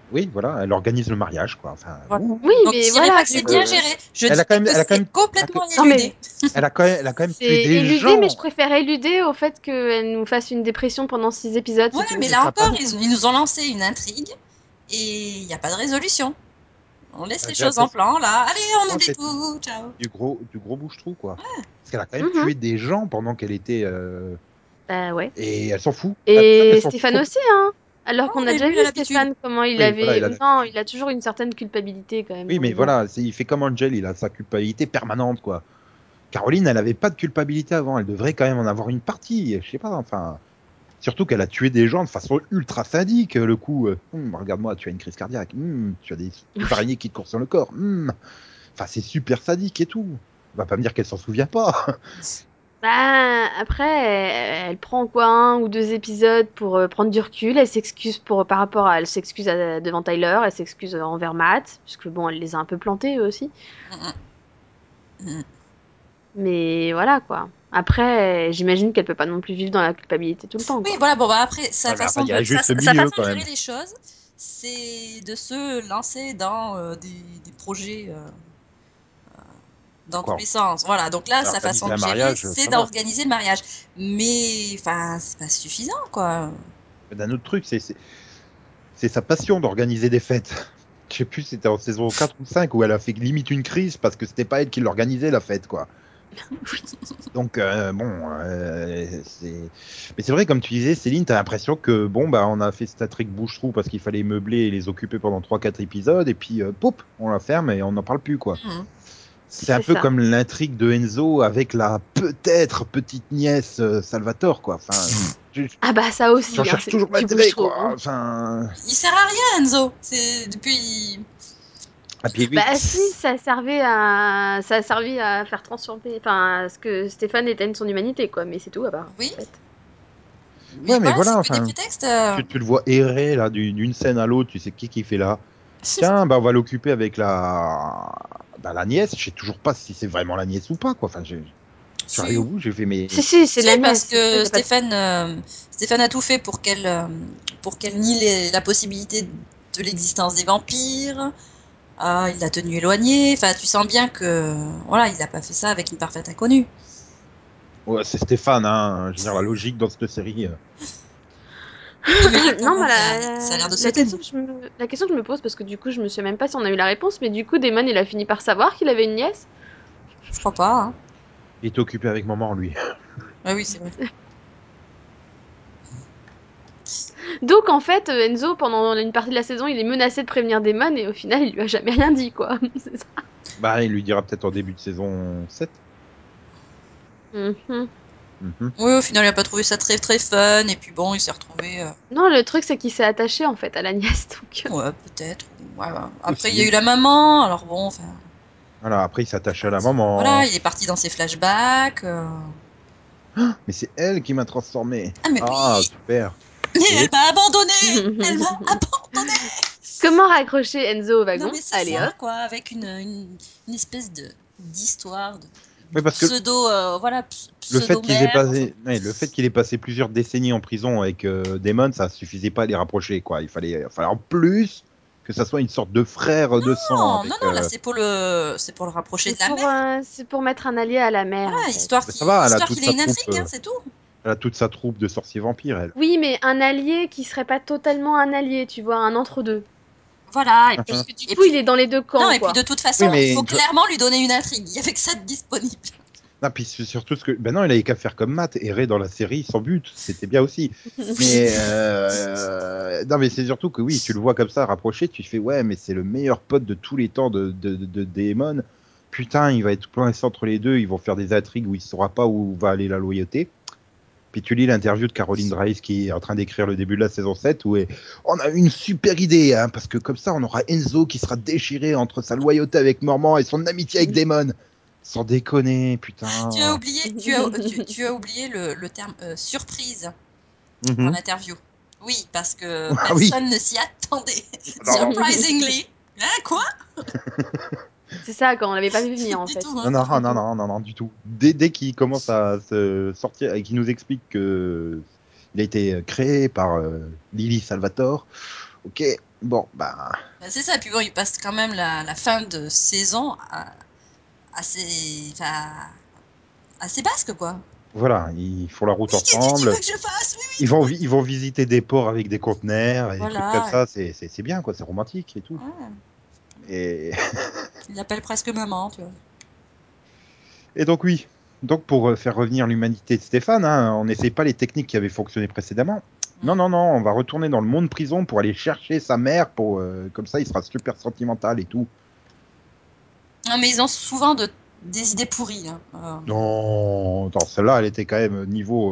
Oui, voilà, elle organise le mariage, quoi. Enfin, Voilà. Oui, Donc mais je dirais voilà, pas que du c'est coup. bien géré. Je elle a dirais quand même, que elle a quand c'est même, complètement Non, éludé. mais elle a quand même tué c'est des éludé, mais gens. je préfère éluder au fait qu'elle nous fasse une dépression pendant 6 épisodes, c'est Voilà, tout. mais Mais là ça encore, passe. ils nous ont lancé une intrigue et il n'y a pas de résolution. On laisse les J'ai choses en l'impression plan, là. Allez, on que oublie c'est tout. Ciao. du gros bouche-trou, quoi. Parce qu'elle a quand même Mhm. tué des gens pendant qu'elle était, Bah ouais. et elle s'en fout. Elle Et s'en fout Stéphane aussi, hein. Alors Oh, qu'on a mais déjà lui, vu il a l'habitude. Stéphane, comment il Oui, voilà, avait. il a Non, l'habitude. il a toujours une certaine culpabilité quand même Oui, dans mais les actes. voilà, il fait comme Angel, il a sa culpabilité permanente, quoi. Caroline, elle avait pas de culpabilité avant, elle devrait quand même en avoir une partie, je sais pas, enfin. Surtout qu'elle a tué des gens de façon ultra sadique, le coup. Regarde-moi, tu as une crise cardiaque. Tu as des Oui. araignées qui te courent sur le corps. Enfin, c'est super sadique et tout. On va pas me dire qu'elle s'en souvient pas. Bah, après, elle prend quoi, un ou deux épisodes pour prendre du recul. Elle s'excuse elle s'excuse devant Tyler, elle s'excuse envers Matt, puisque bon, elle les a un peu plantés eux aussi. Mm, mm. Mais voilà quoi. Après, j'imagine qu'elle peut pas non plus vivre dans la culpabilité tout le temps, Oui, quoi. voilà, bon, bah après, Ouais, mais enfin, il y a juste le sa milieu façon quand de même. gérer les choses, c'est de se lancer dans des projets dans tous Quoi. les sens. Voilà, donc là, sa façon Organiser un de gérer, mariage, c'est ça va. d'organiser le mariage. Mais, enfin, c'est pas suffisant, quoi. Mais d'un autre truc, c'est sa passion d'organiser des fêtes. Je sais plus, c'était en saison 4 ou 5 où elle a fait limite une crise parce que c'était pas elle qui l'organisait la fête, quoi. Donc bon, mais c'est vrai comme tu disais, Céline, t'as l'impression que bon bah on a fait cette intrigue bouche-trou parce qu'il fallait meubler et les occuper pendant 3-4 épisodes et puis pop, on la ferme et on n'en parle plus quoi. Mhm. C'est un C'est peu ça. comme l'intrigue de Enzo avec la peut-être petite nièce Salvatore quoi. Enfin, Ah bah ça j'en aussi, hein, cherche c'est toujours du bouche l'intérêt trou, quoi. hein. Enfin, Il sert à rien, Enzo. C'est depuis. et puis oui, Bah si, ça a servi à faire transformer, enfin, à ce que Stéphane éteigne son humanité, quoi. Mais c'est tout, à part, Oui, en fait. mais ouais mais voilà, voilà, c'est que des enfin, prétextes. tu le vois errer là d'une scène à l'autre, tu sais qui fait là. Tiens, bah on va l'occuper avec la nièce. Je sais toujours pas si c'est vraiment la nièce ou pas, quoi. Enfin, je suis arrivé au Si. bout, j'ai fait Si, mes. si, c'est Si, la parce nièce. Ça, que y a pas de... Stéphane a tout fait pour qu'elle nie la possibilité de l'existence des vampires. Ah, il l'a tenu éloigné. Enfin, tu sens bien que voilà, il n'a pas fait ça avec une parfaite inconnue. Ouais, c'est Stéphane, hein. Je veux dire, la logique dans cette série. Oui, mais là, quand Non, même, mais ça a l'air de se la question tenir. que la question que je me pose, parce que du coup, je me souviens même pas si on a eu la réponse, mais du coup, Damon, il a fini par savoir qu'il avait une nièce. Je crois pas. Hein. Il est occupé avec maman, lui. Ah oui, c'est vrai. Donc, en fait, Enzo, pendant une partie de la saison, il est menacé de prévenir Damon, et au final, il lui a jamais rien dit, quoi. C'est ça. Bah, il lui dira peut-être en début de saison 7. Mhm. Mhm. Oui, au final, il a pas trouvé ça très très fun. Et puis bon, il s'est retrouvé. Non, le truc, c'est qu'il s'est attaché, en fait, à la nièce, donc... Ouais, peut-être. Ouais, ouais. Après, il y a eu Aussi. la maman. Alors bon, enfin, Voilà, après, il s'attache à la voilà, maman. il est parti dans ses flashbacks. Mais c'est elle qui m'a transformé. Ah mais Ah, oui, super. mais elle Et m'a abandonné. Elle m'a abandonné. Comment raccrocher Enzo au Non wagon? mais c'est Allez, ça hop. quoi, avec une espèce de d'histoire de oui, parce que pseudo voilà le fait pseudo qu'ils aient mère. Enfin, passé, ouais, le fait qu'il ait passé plusieurs décennies en prison avec Damon, ça suffisait pas à les rapprocher, quoi. Il fallait en plus que ça soit une sorte de frère de sang non, non, avec. non, là c'est pour le rapprocher de la mère. C'est pour mettre un allié à la mer, en Voilà, fait. histoire Mais ça va, histoire qu'il ait une intrigue, hein, c'est tout. elle a toute sa troupe de sorciers vampires, elle. Oui, mais un allié qui serait pas totalement un allié, tu vois, un entre-deux. Voilà, Parce que du et coup, il puis est dans les deux non, camps, et puis de quoi. toute façon, Oui, il mais faut clairement lui donner une intrigue. Il y avait que ça de disponible. non, puis c'est surtout ce que, ben non, il avait qu'à faire comme Matt, errer dans la série sans but, c'était bien aussi. Oui. Mais non, mais c'est surtout que oui, tu le vois comme ça rapproché, tu te fais ouais, mais c'est le meilleur pote de tous les temps de Daemon. Putain, il va être coincé entre les deux, ils vont faire des intrigues où il saura pas où va aller la loyauté. Puis tu lis l'interview de Caroline Dries qui est en train d'écrire le début de la saison 7 où on a une super idée, hein, parce que comme ça on aura Enzo qui sera déchiré entre sa loyauté avec Mormont et son amitié avec Daemon. Sans déconner, putain. Tu as oublié le terme surprise dans Mhm. l'interview. Oui, parce que Ah oui. personne ne s'y attendait. Non, non. Surprisingly. Hein, quoi? C'est ça, quand on l'avait pas vu venir, en Du tout, fait. hein, Non, pas non, du non, tout. non, non, non, du tout. Dès qu'il commence à se sortir et qu'il nous explique que il a été créé par Lily Salvatore, Ok, bon, bah, Bah, c'est ça, puis bon, il passe quand même la fin de saison assez basque, quoi. voilà, ils font la route Oui, qu'est-ce que tu veux ensemble. que je fasse? Oui, oui. Ils vont visiter des ports avec des conteneurs et des trucs comme Voilà. ça. C'est bien, quoi. C'est romantique et tout. Ouais. Et, Il l'appelle presque maman, tu vois. et donc, oui. Donc, pour faire revenir l'humanité de Stéphane, hein, on n'essaye pas les techniques qui avaient fonctionné précédemment. Non, Mm. non, non, on va retourner dans le monde prison pour aller chercher sa mère. Comme ça, il sera super sentimental et tout. Non, mais ils ont souvent des idées pourries. Hein. Non, attends, celle-là, elle était quand même niveau.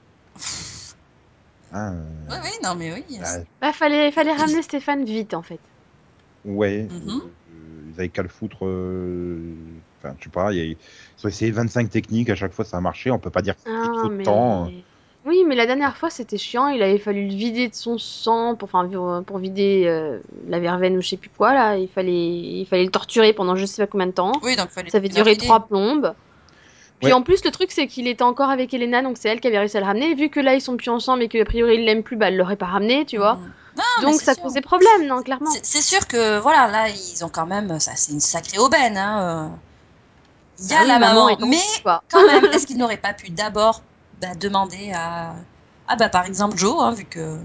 Hein, Oui, oui, non, mais oui. bah, Bah, fallait ramener Stéphane vite, en fait. ouais, Mhm. ils avaient qu'à le foutre. Enfin, je sais pas, ils ont essayé 25 techniques, à chaque fois ça a marché. On peut pas dire qu'il Ah, faut de temps. mais... Oui, mais la dernière fois, c'était chiant. Il avait fallu le vider de son sang pour vider la verveine ou je sais plus quoi, là. Il fallait le torturer pendant je sais pas combien de temps. Oui, donc il fallait Ça avait une duré autre idée. 3 plombes. Puis Ouais, en plus, le truc, c'est qu'il était encore avec Elena, donc c'est elle qui avait réussi à le ramener. Et vu que là, ils sont plus ensemble et que a priori, il l'aime plus, bah, elle l'aurait pas ramené, tu vois. Mhm. Non, mais Donc c'est ça sûr. causait problème, non, clairement. C'est sûr que, voilà, là, ils ont quand même. Ça, c'est une sacrée aubaine. Hein. Il y Bah a oui, la maman maman, est mais trop, quoi. quand même, est-ce qu'ils n'auraient pas pu d'abord demander à. Ah, bah, par exemple, Joe, hein, vu que.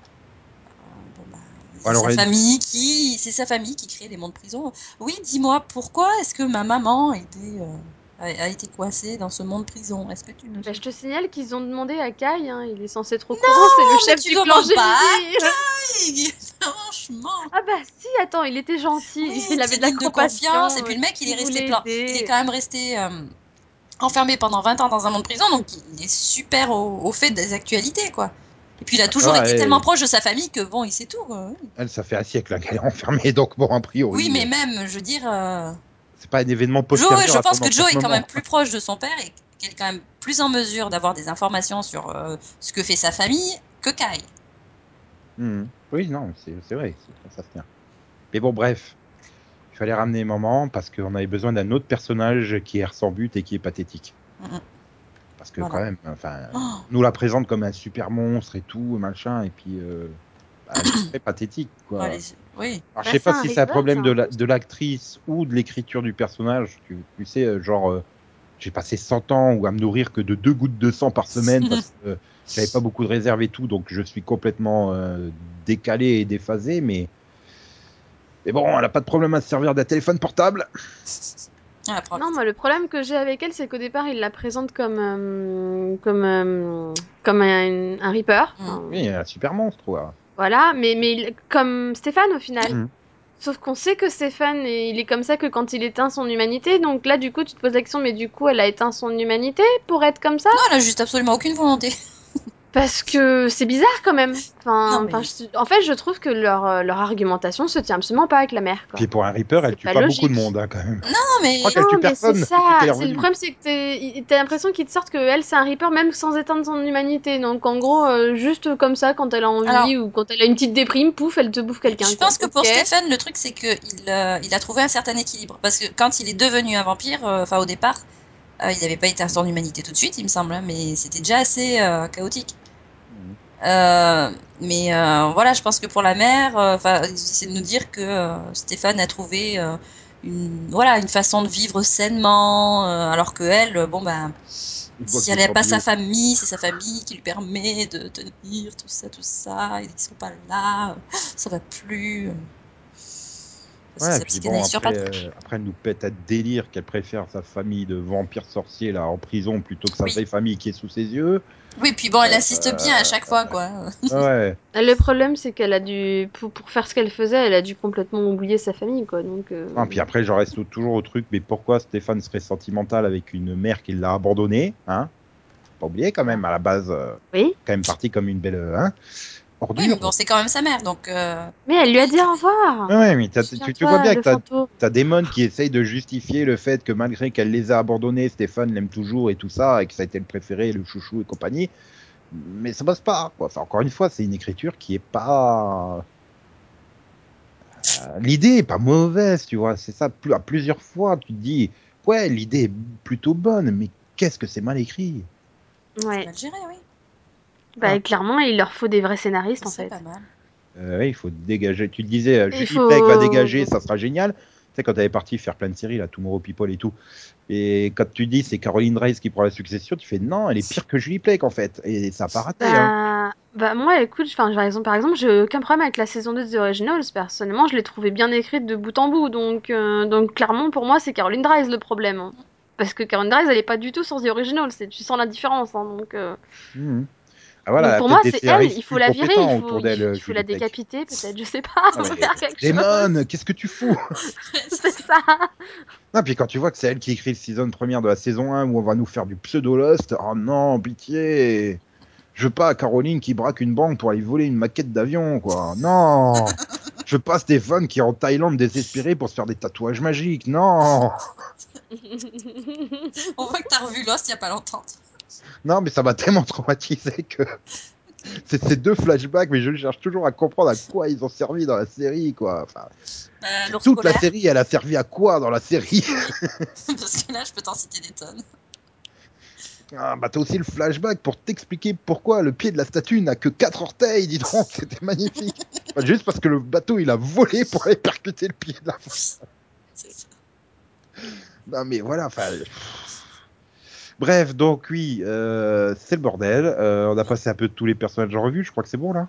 Bon, bah, alors c'est sa famille qui crée les mondes prison. Oui, dis-moi, pourquoi est-ce que ma maman a été coincée dans ce monde prison? Est-ce que tu nous... Bah, je te signale qu'ils ont demandé à Kai, hein, il est censé être au courant, c'est le Non, mais chef tu du clan demandes pas à Genji. Kai. Franchement. Ah bah si, attends, il était Oui, gentil, il avait c'est de la digne de confiance. Et compassion, puis le mec, il est il resté voulait il est aider. quand même resté enfermé pendant 20 ans dans un monde prison, donc il est super au fait des actualités, quoi. Et puis il a ça toujours va, été tellement proche de sa famille que bon, il sait tout, quoi. Oui, ça fait un siècle là, qu'elle est enfermée, donc bon, a oui, priori, mais même, je veux dire, c'est pas un événement Joe, postérieur je à pense son que Joe est quand même enfermement. plus proche de son père et qu'il est quand même plus en mesure d'avoir des informations sur ce que fait sa famille que Kai. Oui, non, c'est vrai, ça se tient. Mais bon, bref, il fallait ramener maman parce qu'on avait besoin d'un autre personnage qui est sans but et qui est pathétique. Mm, mm. Parce que quand Voilà. même, enfin, Oh, on nous la présente comme un super monstre et tout, machin, et puis bah, elle est très pathétique, ouais, quoi. oui. Alors, je Bah sais c'est pas un si c'est un Reaper, c'est problème un de monstre. l'actrice ou de l'écriture du personnage. Tu sais, genre, j'ai passé 100 ans ou à me nourrir que de 2 gouttes de sang par semaine parce que j'avais pas beaucoup de réserve et tout, donc je suis complètement décalé et déphasé, mais bon, elle a pas de problème à se servir d'un téléphone portable. Ah, prends Non, vite. moi le problème que j'ai avec elle, c'est qu'au départ, il la présente comme un Reaper. Mm. Enfin, Oui, un super monstre, quoi. voilà, mais comme Stéphane au final. Mhm. Sauf qu'on sait que Stéphane, il est comme ça que quand il éteint son humanité. Donc là, du coup, tu te poses la question, mais du coup, elle a éteint son humanité pour être comme ça? Non, elle a juste absolument aucune volonté. Parce que c'est bizarre quand même. Non, Enfin, mais en fait, je trouve que leur argumentation se tient absolument pas avec la mère, quoi. Puis pour un Reaper, elle C'est tue pas pas beaucoup de logique. monde, hein, quand même. non, Je crois mais qu'elle tue Non, mais c'est personne depuis ça. qu'elle est C'est le revenue. problème, c'est que t'as l'impression qu'ils te sortent que elle, c'est un Reaper même sans éteindre son humanité. Donc en gros, juste comme ça, quand elle a alors, envie ou quand elle a une petite déprime, pouf, elle te bouffe quelqu'un, je quoi. pense que pour Ok. Stéphane, le truc, c'est qu'il a trouvé un certain équilibre. Parce que quand il est devenu un vampire, enfin au départ, il n'avait pas été en humanité tout de suite, il me semble, hein, mais c'était déjà assez chaotique. Mhm. Euh, mais voilà, je pense que pour la mère, enfin, c'est de nous dire que Stéphane a trouvé voilà, une façon de vivre sainement, alors que elle, bon ben, Une fois si que elle c'est n'a sans pas sa bio. famille, c'est sa famille qui lui permet de tenir tout ça, et ils sont pas là, ça va plus. C'est Ouais, sa puis bon, psychanalyse sur pattes. après, elle nous pète à délire qu'elle préfère sa famille de vampires sorciers là en prison plutôt que sa Oui. vraie famille qui est sous ses yeux. Oui, puis bon, elle insiste bien à Euh, chaque fois, quoi. ouais. Le problème, c'est qu'elle a dû, pour faire ce qu'elle faisait, elle a dû complètement oublier sa famille, quoi. Donc, Ah, puis après, j'en reste toujours au truc, mais pourquoi Stéphane serait sentimental avec une mère qui l'a abandonné, hein? Pas oublier quand même, à la base, oui. quand même parti comme une belle hein, Oui, mais ordure. bon, c'est quand même sa mère, donc Mais elle lui a oui, dit au revoir. Ouais, mais tu vois Souviens-toi, bien le que fantôme. t'as Damon qui essaye de justifier le fait que malgré qu'elle les a abandonnés, Stéphane l'aime toujours et tout ça, et que ça a été le préféré, le chouchou et compagnie. Mais ça passe pas, quoi. Enfin, encore une fois, c'est une écriture qui est pas. L'idée est pas mauvaise, tu vois. C'est ça, à plusieurs fois, tu te dis, ouais, l'idée est plutôt bonne, mais qu'est-ce que c'est mal écrit. c'est Ouais. mal géré, oui. Voilà. Bah, clairement, il leur faut des vrais scénaristes, en C'est pas fait. mal. Oui, il faut dégager. Tu te disais, Il Julie Plec va faut. dégager, ça sera génial. Tu sais, quand elle est partie faire plein de séries, là, Tomorrow People et tout. Et quand tu dis c'est Caroline Dries qui prend la succession, tu fais non, elle est pire que Julie Plec en fait. Et ça n'a pas raté, hein. Moi, écoute, enfin, par exemple, j'ai aucun problème avec la saison 2 de The Originals. Personnellement, je l'ai trouvée bien écrite de bout en bout. Donc clairement, pour moi, c'est Caroline Dries le problème, hein. Parce que Caroline Dries, elle est pas du tout sur The Originals. Tu sens la différence, hein. Mhm. Ah voilà, elle Donc a pour peut-être moi, des c'est elle. Il scénaristes faut plus la virer. compétents autour d'elle, Il faut la Julie Plec. décapiter, peut-être. Je sais pas. Non Faut mais, faire quelque Damon, chose. qu'est-ce que tu fous? Ouais, c'est C'est ça. ça. Non, puis quand tu vois que c'est elle qui écrit le season première de la saison 1 où on va nous faire du pseudo-Lost, oh non, pitié. Je veux pas Caroline qui braque une banque pour aller voler une maquette d'avion, quoi. Non. Je veux pas Stéphane qui est en Thaïlande désespéré pour se faire des tatouages magiques. Non. On voit que t'as revu Lost il y a pas longtemps. Non, mais ça m'a tellement traumatisé que Ok. c'est ces deux flashbacks, mais je cherche toujours à comprendre à quoi ils ont servi dans la série, quoi. Enfin, L'ours toute la polaire. série, elle a servi à quoi dans la série? Oui. Parce que là, je peux t'en citer des tonnes. Ah, bah t'as aussi le flashback pour t'expliquer pourquoi le pied de la statue n'a que 4 orteils, dis donc, c'était magnifique. Bah, juste parce que le bateau il a volé pour aller percuter le pied de la. C'est ça. Non mais voilà, enfin. Bref, donc oui, c'est le bordel. On a passé un peu tous les personnages en revue, je crois que c'est bon là.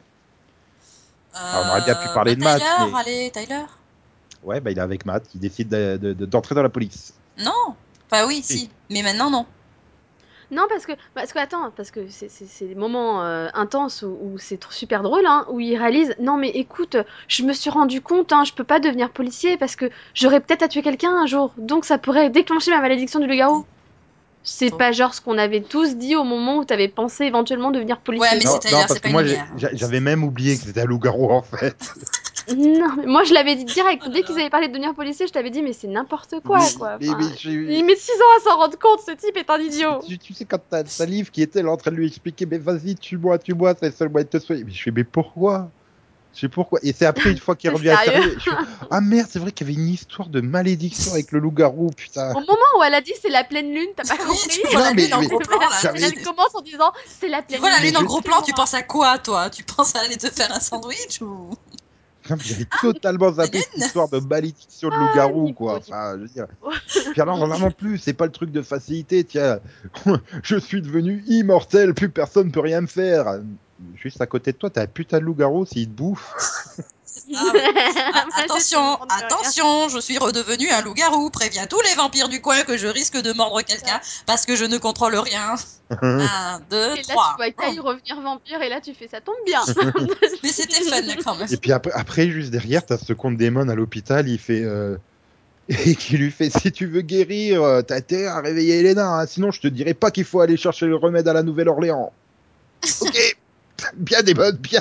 Ah, on aurait bien pu parler de Matt, Tyler, mais allez, Tyler. ouais, bah il est avec Matt, il décide d'entrer dans la police. Non. Enfin oui, Si. si. Mais maintenant, non. Non, attends, parce que c'est des moments intenses où c'est super drôle, hein, où il réalise, non mais écoute, je me suis rendu compte, hein, je peux pas devenir policier parce que j'aurais peut-être à tuer quelqu'un un jour, donc ça pourrait déclencher ma malédiction du loup-garou. C'est Faux. pas genre ce qu'on avait tous dit au moment où t'avais pensé éventuellement devenir Ouais, policier, mais c'est quoi. Non, Tyler, non, c'est parce pas que une moi lumière. j'avais même oublié que c'était un loup-garou en fait. Non, mais moi je l'avais dit direct, Oh là dès qu'ils là. avaient parlé de devenir policier, je t'avais dit mais c'est n'importe quoi, Mais, quoi. mais, Enfin, mais je- il met 6 ans à s'en rendre compte, ce type est un idiot. tu sais, quand t'as Liv qui était là en train de lui expliquer, mais vas-y, tue-moi, c'est le seul moyen de te soigner. Mais je fais, mais pourquoi? Je sais pourquoi. Et c'est après, une fois qu'il est C'est revenu à sérieux. sérieux, je fais, ah merde, c'est vrai qu'il y avait une histoire de malédiction avec le loup-garou, putain. Au moment où elle a dit c'est la pleine lune, t'as pas Oui, compris? tu vois Non, la lune en gros plan, là. j'avais, Elle commence en disant c'est la Tu pleine vois la lune, mais lune en je, gros c'est plan, tu moi. penses à quoi, toi? Tu penses à aller te faire un sandwich ou... non, mais j'avais totalement La zappé cette lune? histoire de malédiction de Ah, loup-garou, quoi. Nico, Enfin, je veux dire. Nico. Puis alors, là non plus, c'est pas le truc de facilité, tiens, je suis devenu immortel, plus personne peut rien me faire. Juste à côté de toi, t'as un putain de loup-garou, s'il te bouffe. Ah oui. Moi, j'étais Attention, morte de rire. attention, je suis redevenu un loup-garou. Préviens tous les vampires du coin que je risque de mordre quelqu'un parce que je ne contrôle rien. Un, deux, Et là, tu trois. vois Kai revenir vampire, et là, tu fais ça tombe bien. Mais c'était fun quand même. Et puis après, juste derrière, t'as ce comte démon à l'hôpital, il fait. Et qui lui fait si tu veux guérir, t'as intérêt à réveiller Elena, hein, sinon je te dirai pas qu'il faut aller chercher le remède à la Nouvelle-Orléans. Ok, bien Démon, bien.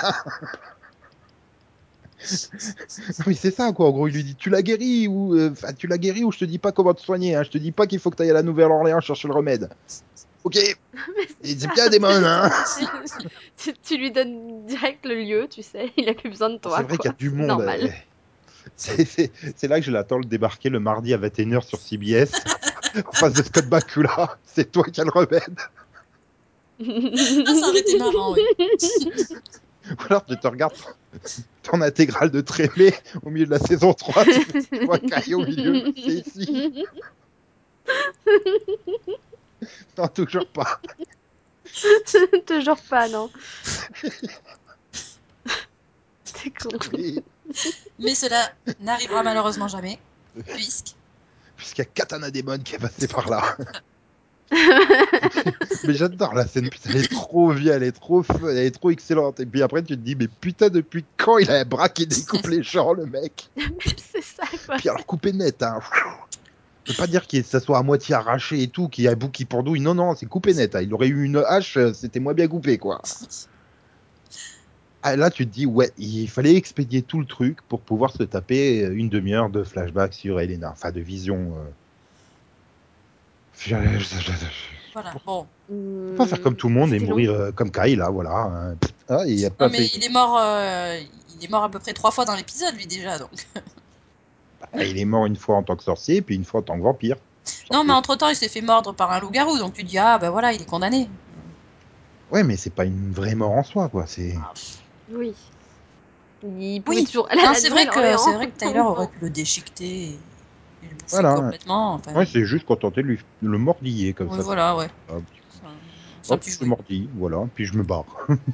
Non, mais c'est ça quoi, en gros, il lui dit tu l'as guéri ou tu l'as guéri ou je te dis pas comment te soigner, hein, je te dis pas qu'il faut que t'ailles à la Nouvelle-Orléans chercher le remède. Ok, et C'est c'est ça. bien Démon, hein. Tu lui donnes direct le lieu, tu sais. Il a plus besoin de Bon, c'est toi, vrai qu'il y quoi. a du C'est monde. normal. C'est là que je l'attends le débarquer le mardi à 21h sur CBS en face de Scott Bakula. C'est toi qui as le remède. Ah, ça aurait été marrant, oui. Ou alors tu te regardes ton intégrale de Trémé au milieu de la saison 3, tu vois Caillot au milieu, c'est ici. Non, toujours pas. Toujours pas, non. C'est con. Oui. Mais cela n'arrivera malheureusement jamais, puisque... Puisqu'il y a Katana Demon qui est passé par là. Mais j'adore la scène, putain, elle est trop bien, elle est trop fun, elle est trop excellente. Et puis après, tu te dis, mais putain, depuis quand il a un bras qui découpe les gens, le mec? C'est ça, quoi. Puis alors, coupé net, hein. Je peux pas dire que ça soit à moitié arraché et tout, qu'il y a un bout qui pendouille. Non, non, c'est coupé net. Hein. Il aurait eu une hache, c'était moins bien coupé, quoi. Ah, là, tu te dis, ouais, il fallait expédier tout le truc pour pouvoir se taper une demi-heure de flashback sur Elena. Enfin, de vision. Je Voilà, bon. peux pas faire comme tout le monde et C'était long. mourir comme Kai, là, voilà. Hein. Ah, il a Non, pas mais fait. il est mort à peu près 3 fois dans l'épisode, lui, déjà, donc. Ah, il est mort une fois en tant que sorcier, puis une fois en tant que vampire. Non, mais Sorcier. entre-temps, il s'est fait mordre par un loup-garou, donc tu dis, ah, ben voilà, il est condamné. Ouais, mais c'est pas une vraie mort en soi, quoi. C'est. Ah, Oui. Il pouvait Oui. toujours aller à Non, la c'est vrai Nouvelle-Orléans. que Tyler aurait pu le déchiqueter et le bouffer Voilà. complètement. Enfin, Ouais, c'est juste contenté de lui le mordiller comme oui, ça. voilà, ouais. Un petit coup. C'est un Hop, petit je jouet. mordis, voilà, puis je me barre.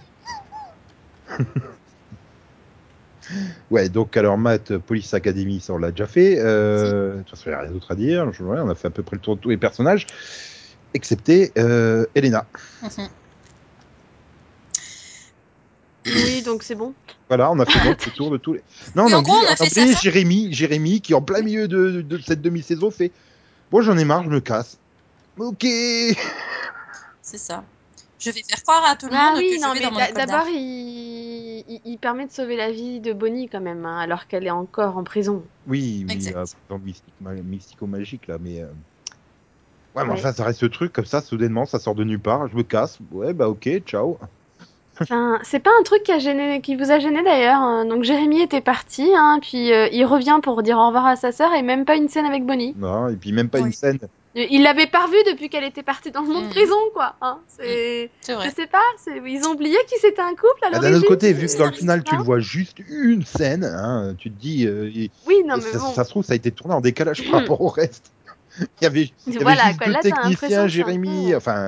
Ouais, donc alors Matt, Police Academy, ça on l'a déjà fait. De toute façon, il n'y a rien d'autre à dire. Ouais, on a fait à peu près le tour de tous les personnages, excepté Elena. Mhm. Oui, donc c'est bon. Voilà, on a fait donc le tour de tous les. Non, Oui, en gros, on on a a fait oublié ça. Jérémy, qui en plein milieu de cette demi-saison fait. Bon, j'en ai marre, je me casse. Ok. C'est ça. Je vais faire croire à tout le Ah monde que oui, je non, vais mais dans mon école d'abord, d'art. il permet de sauver la vie de Bonnie quand même, hein, alors qu'elle est encore en prison. Oui, oui, Exact. dans le mystico-magique là, mais. Ouais, mais Ouais. enfin, ça reste ce truc comme ça, soudainement, ça sort de nulle part. Je me casse. Ouais, bah ok, ciao. Enfin, c'est pas un truc qui vous a gêné d'ailleurs, hein. Donc Jérémy était parti, hein, puis il revient pour dire au revoir à sa sœur et même pas une scène avec Bonnie. Non, et puis même pas une Oui. scène. Il l'avait pas revue depuis qu'elle était partie dans le monde Mhm. prison, quoi. Hein. Mhm. C'est, C'est je vrai. sais pas, ils ont oublié qu'ils étaient un couple à Ah, d'un autre l'origine. côté, Le vu que dans le scénariste. final, tu le Non. vois juste une scène, hein, tu te dis, Oui, non, mais ça bon. se trouve, ça a été tourné en décalage par rapport au reste. Il y avait Voilà, juste quoi. deux Là, t'as l'impression techniciens, que c'est un peu. Jérémy, enfin,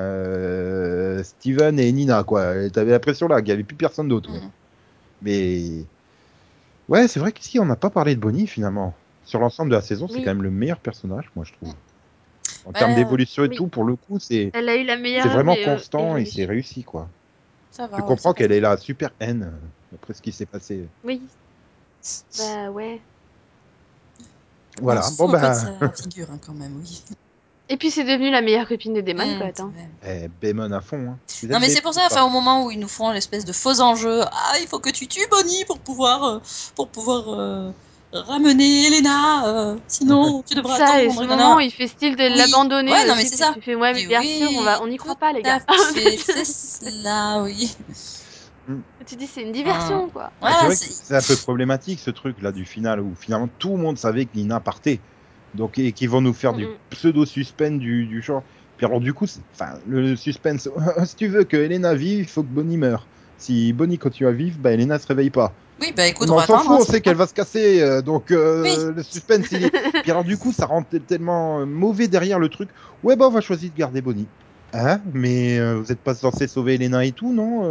Steven et Nina, quoi. Et t'avais l'impression là qu'il n'y avait plus personne d'autre. Ouais. Mhm. Mais ouais, c'est vrai qu'ici, on n'a pas parlé de Bonnie finalement. Sur l'ensemble de la saison, c'est quand Oui, même le meilleur personnage, moi, je trouve. En termes Ouais, d'évolution et oui. tout, pour le coup, Elle a eu la c'est meilleure vraiment constant et c'est évolution. réussi, quoi. ça Tu va, ouais, comprends c'est qu'elle passé. est la super haine après ce qui s'est passé. Oui, bah ouais. On Voilà, se bon fout un peu de ben, sa figure, hein, quand même, oui. Et puis c'est devenu la meilleure copine de Damon, quoi. C'est Attends. vrai. Bémon à fond. Hein. Vous Non, êtes mais c'est bête pour ou ça, pas? enfin, au moment où ils nous font l'espèce de faux enjeu, ah, il faut que tu tues Bonnie pour pouvoir ramener Elena, sinon tu devras Ça, et attendre. ce Non, moment non. où il fait style de Oui, l'abandonner ouais, non, mais aussi, c'est puis ça. tu fais, ouais, mais Et bien sûr, oui, on n'y tout croit pas, les à gars. En fait, fait, c'est cela, oui. tu dis, c'est une Hum. diversion, quoi. Ah, c'est Voilà, vrai que c'est. c'est un peu problématique ce truc là du final où finalement tout le monde savait que Nina partait. Donc, et qu'ils vont nous faire Mm, du mm. pseudo-suspense du genre. Puis alors, du coup, enfin, le suspense, si tu veux que Elena vive, il faut que Bonnie meure. Si Bonnie continue à vivre, bah, Elena se réveille pas. Oui, bah écoute, Mais on on va s'en attendre, fout, hein, on c'est sait pas qu'elle grave. va se casser, donc Oui, le suspense, il est. Puis alors, du coup, ça rentre tellement mauvais derrière le truc. Ouais, bah, on va choisir de garder Bonnie. Hein? Mais vous êtes pas censé sauver Elena et tout, non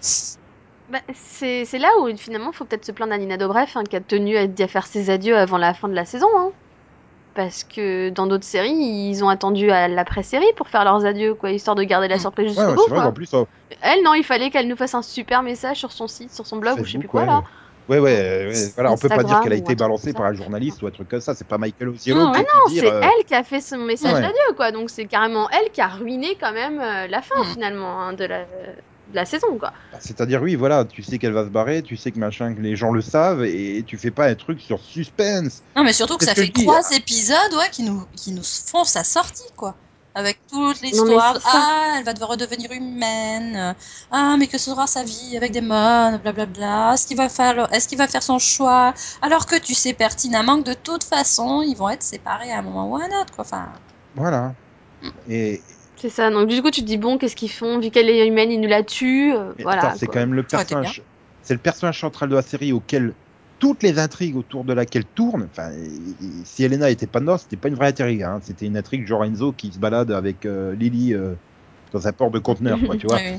Bah, c'est là où finalement, faut peut-être se plaindre d'Anina Dobrev, hein, qui a tenu à faire ses adieux avant la fin de la saison, hein. Parce que dans d'autres séries, ils ont attendu à l'après-série pour faire leurs adieux, quoi, histoire de garder la hum, surprise Ouais, jusqu'au ouais, bout, c'est vrai qu'en quoi. plus, Elle, non, il fallait qu'elle nous fasse un super message sur son site, sur son blog ou je sais plus Facebook, quoi là, ouais. Ouais, ouais, ou voilà, on peut pas dire qu'elle Instagram a ou un été truc comme balancée ça. par un journaliste ou un truc comme ça. C'est pas Michael Oziello non, qui Ah ouais. est venu non, dire. c'est elle qui a fait son message Ouais. d'adieu, quoi. Donc c'est carrément elle qui a ruiné quand même la fin Hum. finalement, hein, de la saison, quoi. Bah, c'est-à-dire, oui, voilà, tu sais qu'elle va se barrer, tu sais que machin, que les gens le savent, et tu fais pas un truc sur suspense. Non, mais surtout que C'est ce ça que fait je dis. 3 épisodes, ouais, qui nous font sa sortie, quoi. Avec toute Non mais l'histoire, c'est ça. ah, elle va devoir redevenir humaine, ah, mais que sera sa vie avec des mônes, blablabla, est-ce qu'il va faire son choix, alors que tu sais pertinemment que de toute façon, ils vont être séparés à un moment ou à un autre, quoi, enfin. Voilà. Et, C'est ça. Donc du coup, tu te dis bon, qu'est-ce qu'ils font? Vu qu'elle est humaine, ils nous la tuent. mais attends, Voilà, c'est quand quoi. même le Ça aurait été bien. personnage. C'est le personnage central de la série auquel toutes les intrigues autour de laquelle tournent. Enfin, si Elena était pas nord, c'était pas une vraie intrigue. Hein. C'était une intrigue genre Enzo qui se balade avec Lily dans un port de conteneur, quoi, tu Oui, vois. oui.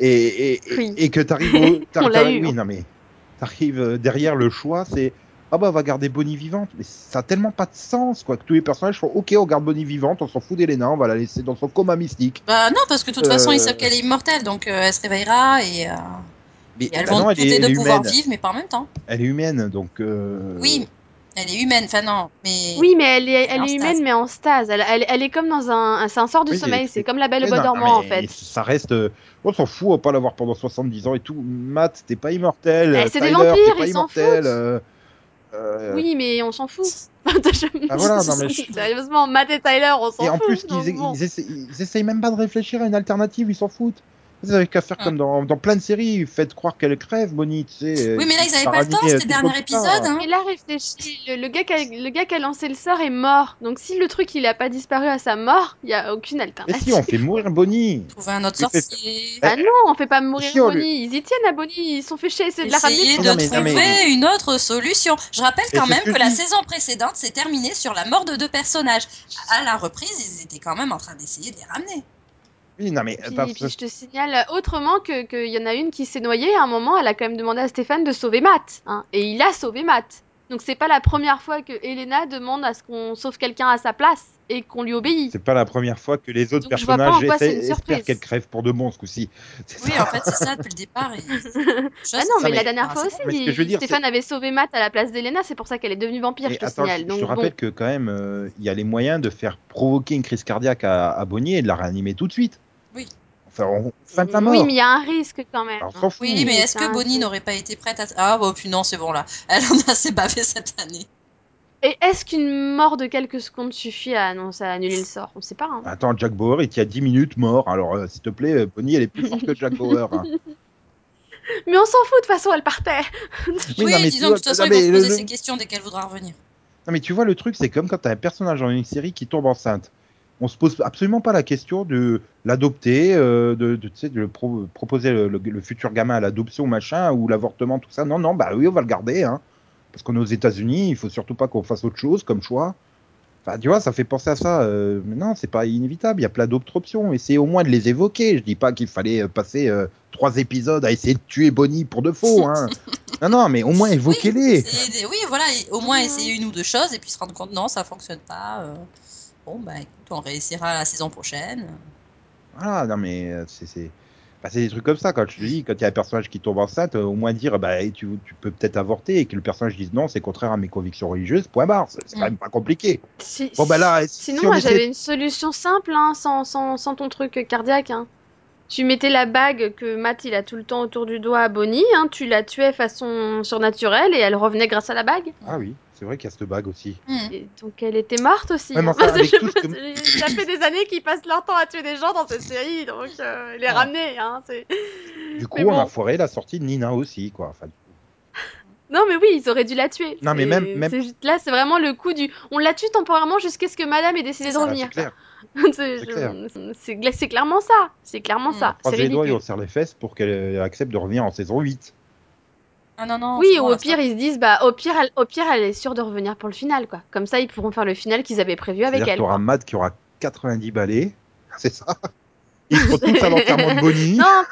Oui, Et que t'arrives on l'a eu, oui, hein. non mais t'arrives derrière le choix, c'est ah bah on va garder Bonnie vivante, mais ça a tellement pas de sens quoi que tous les personnages font ok on garde Bonnie vivante, on s'en fout d'Elena, on va la laisser dans son coma mystique. Bah non, parce que de toute façon, ils savent Euh, qu'elle est immortelle, donc elle se réveillera mais et elles bah vont non toutes les elle deux est pouvoir humaine, vivre, mais pas en même temps. elle est humaine donc Oui, elle est humaine, enfin non, mais Oui, mais elle est, elle est elle en est humaine, stase. mais en stase. Elle est comme dans c'est un sort du oui sommeil. C'est comme la Belle au oui bois non, non, dormant, en mais fait. ça reste on s'en fout, on va pas l'avoir pendant 70 ans et tout. Matt t'es pas immortel, Eh, c'est des Tyler t'es vampires, pas ils s'en immortel. foutent. Euh, Oui, mais on s'en fout. bah voilà non mais Sérieusement, Matt et Tyler, on et s'en en plus, fout. Donc bon. ils essayent même pas de réfléchir à une alternative, ils s'en foutent. Vous avez qu'à faire Hum. comme dans plein de séries, faites croire qu'elle crève, Bonnie, tu sais. Oui, mais là, ils avaient par pas le temps, animé, c'était le 10 secondes dernier plus tard. épisode. Hein. Mais là, réfléchis, le gars qui a lancé le sort est mort. Donc si le truc il a pas disparu à sa mort, il y a aucune Mais si, on alternative. fait mourir Bonnie. Trouver un autre Oui, sorcier. Eh, Ah non, on fait pas mourir si on lui... Bonnie. Ils y tiennent à Bonnie. Ils se sont fait chier à essayer de la ramener Essayer pour de Non, rien mais, non, faire. mais, trouver une autre solution. Je rappelle mais quand c'est ce même que que je la dis. saison précédente s'est terminée sur la mort de 2 personnages. À la reprise, ils étaient quand même en train d'essayer de les ramener. Oui, non, mais Puis je te signale autrement qu'il y en a une qui s'est noyée. À un moment, elle a quand même demandé à Stéphane de sauver Matt. Hein, et il a sauvé Matt. Donc c'est pas la première fois que Elena demande à ce qu'on sauve quelqu'un à sa place et qu'on lui obéit. c'est pas la première fois que les autres Donc je vois pas personnages en quoi c'est une espèrent qu'elle surprise. crève pour de bon ce coup-ci. C'est Oui, ça. en fait, c'est ça depuis le départ. Et... Bah chose, non, c'est Non, mais la mais, dernière fois aussi, mais ce que je veux dire, c'est. Stéphane avait sauvé Matt à la place d'Elena, c'est pour ça qu'elle est devenue vampire, Mais je te attends, signale. je te Donc bon, rappelle que quand même, il y a les moyens de faire provoquer une crise cardiaque à Bonnie et de la réanimer tout de suite. Oui. Enfin, on feinte la oui, mais il mort. y a un risque quand même. Alors, on s'en Oui, mais fout. Oui, est-ce c'est que un Bonnie risque. n'aurait pas été prête à... Ah, bon, puis non, c'est bon, là. Elle en a assez bavé cette année. Et est-ce qu'une mort de quelques secondes suffit à annoncer, à annuler le sort? On sait pas. Hein. Attends, Jack Bauer, il tient 10 minutes mort. Alors, s'il te plaît, Bonnie, elle est plus forte que Jack Bauer. Hein. Mais on s'en fout, de toute façon, elle partait. Oui, Oui, non, mais tu disons que vois, de toute façon, non, ils vont mais se poser ces questions dès qu'elle voudra revenir. non, mais tu vois, le truc, c'est comme quand tu as un personnage dans une série qui tombe enceinte. On se pose absolument pas la question de l'adopter, tu sais, de proposer le futur gamin à l'adoption, machin, ou l'avortement, tout ça. Non, non, bah oui, on va le garder, hein. Parce qu'on est aux États-Unis, il faut surtout pas qu'on fasse autre chose comme choix. Enfin, tu vois, ça fait penser à ça. Mais non, c'est pas inévitable. Il y a plein d'autres options. Essayez au moins de les évoquer. Je dis pas qu'il fallait passer 3 épisodes à essayer de tuer Bonnie pour de faux. Hein. Non, non, mais au moins Oui, évoquez-les. oui, voilà, au moins essayer Mhm. une ou deux choses et puis se rendre compte, non, ça fonctionne pas. Bon, bah écoute, on réessayera la saison prochaine. Voilà, non, mais c'est des trucs comme ça. Quand je te dis, quand il y a un personnage qui tombe enceinte, au moins dire, bah, tu peux peut-être avorter et que le personnage dise non, c'est contraire à mes convictions religieuses. Point barre. C'est quand même pas compliqué. Bon, ben là, Sinon, si on moi, essaie. j'avais une solution simple, hein, sans ton truc cardiaque. Hein. Tu mettais la bague que Matt il a tout le temps autour du doigt à Bonnie, hein, tu la tuais façon surnaturelle et elle revenait grâce à la bague. Ah oui, c'est vrai qu'il y a cette bague aussi. Mhm. Et donc elle était morte aussi. Ouais, mais Hein. enfin, avec tout ce que. Ça fait des années qu'ils passent leur temps à tuer des gens dans cette série, donc les Ah. ramener. Hein, Du mais coup, on a bon. foiré la sortie de Nina aussi, quoi. Enfin, Non mais oui, ils auraient dû la tuer. non, mais même, Là, c'est vraiment le coup du... On la tue temporairement jusqu'à ce que Madame ait C'est décidé de ça. ah, c'est revenir, quoi. clair, c'est clair. C'est clairement ça. C'est clairement Mhm. On ça. C'est croise les doigts et on ridicule. serre les fesses pour qu'elle accepte de revenir en saison 8. Ah non, non, c'est Oui, bon, ou au là, pire, stop. ils se disent, bah, au pire, elle est sûre de revenir pour le final, quoi. Comme ça, ils pourront faire le final qu'ils avaient prévu avec C'est-à-dire que tu elle, auras quoi. Matt qui aura 90 balais. C'est ça. Ils feront tous à l'enterrement de Bonnie. Non,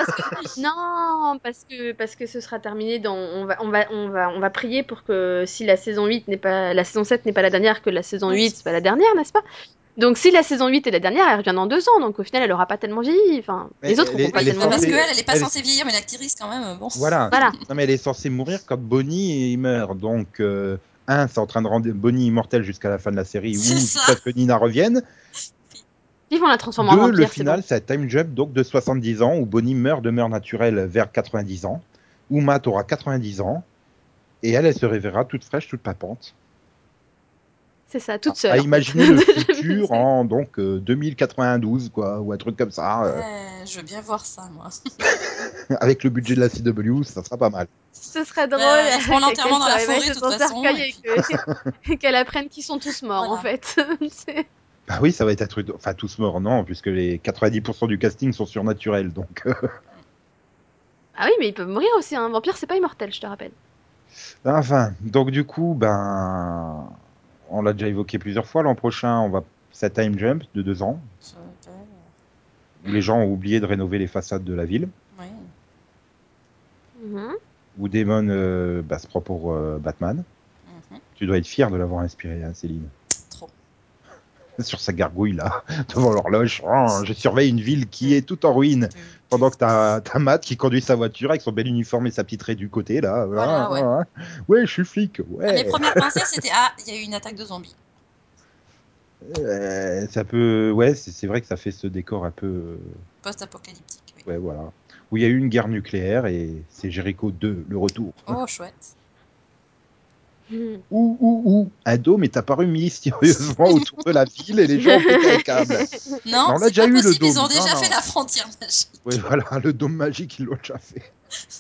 parce que ce sera terminé dans, on va prier pour que si la saison 8 n'est pas, la saison 7 n'est pas la dernière, que la saison Oui. 8 c'est pas la dernière, n'est-ce pas? Donc si la saison 8 est la dernière, elle revient dans 2 ans, donc au final, elle aura pas tellement vieilli, enfin, Mais les autres auront pas Oui, elle est tellement bah parce censée. vieilli. qu'elle, elle est pas Elle censée est- vieillir, mais l'actrice, quand même, bon. Voilà. Voilà. Non, mais elle est censée mourir quand Bonnie il meurt. Donc, c'est en train de rendre Bonnie immortelle jusqu'à la fin de la série C'est ou ça. jusqu'à ce que Nina revienne. Ils vont la transformer en 2, le vampire, c'est bon. final, c'est un time jump donc de 70 ans où Bonnie meurt de mort naturelle vers 90 ans, où Matt aura 90 ans, et elle se réveillera toute fraîche, toute papante. C'est ça, toute À seule, en fait. imaginer le futur en donc 2092, quoi, ou un truc comme ça, Ouais, je veux bien voir ça, moi. avec le budget de la CW, ça sera pas mal. Ce serait drôle Bah, ils feront qu'elle l'enterrement se dans la réveille forêt, de sur toute son façon, cercueil et et puis qu'elle apprenne qu'ils sont tous morts, en voilà. fait. C'est- Bah oui, ça va être un truc, enfin tous morts, non, puisque les 90% du casting sont surnaturels, donc. Ah oui, mais ils peuvent mourir aussi, hein. Un vampire, c'est pas immortel, je te rappelle. Enfin, donc du coup, on l'a déjà évoqué plusieurs fois, l'an prochain, on va cette time jump de 2 ans, où les gens ont oublié de rénover les façades de la ville, Oui. Mhm. où Damon se prend pour Batman. Mhm. Tu dois être fier de l'avoir inspiré, hein, Céline. Trop. Sur sa gargouille, là, devant l'horloge. Oh, je surveille une ville qui est toute en ruine. Pendant que t'as Matt qui conduit sa voiture avec son bel uniforme et sa petite raie du côté, là. Voilà, ouais. Ouais, je suis flic, Ah, mes ouais. premières pensées, c'était ah, il y a eu une attaque de zombies. Ça peut... Ouais, c'est vrai que ça fait ce décor un peu... Post-apocalyptique, oui. Ouais, voilà. Où il y a eu une guerre nucléaire et c'est Jericho 2, le retour. Oh, chouette. Un dôme est apparu mystérieusement autour de la ville et les gens ont pété un câble. Non, Mais on l'a c'est déjà pas eu, le possible, ils dôme. ont déjà Non. fait la frontière magique. Oui, voilà, le dôme magique, ils l'ont déjà fait.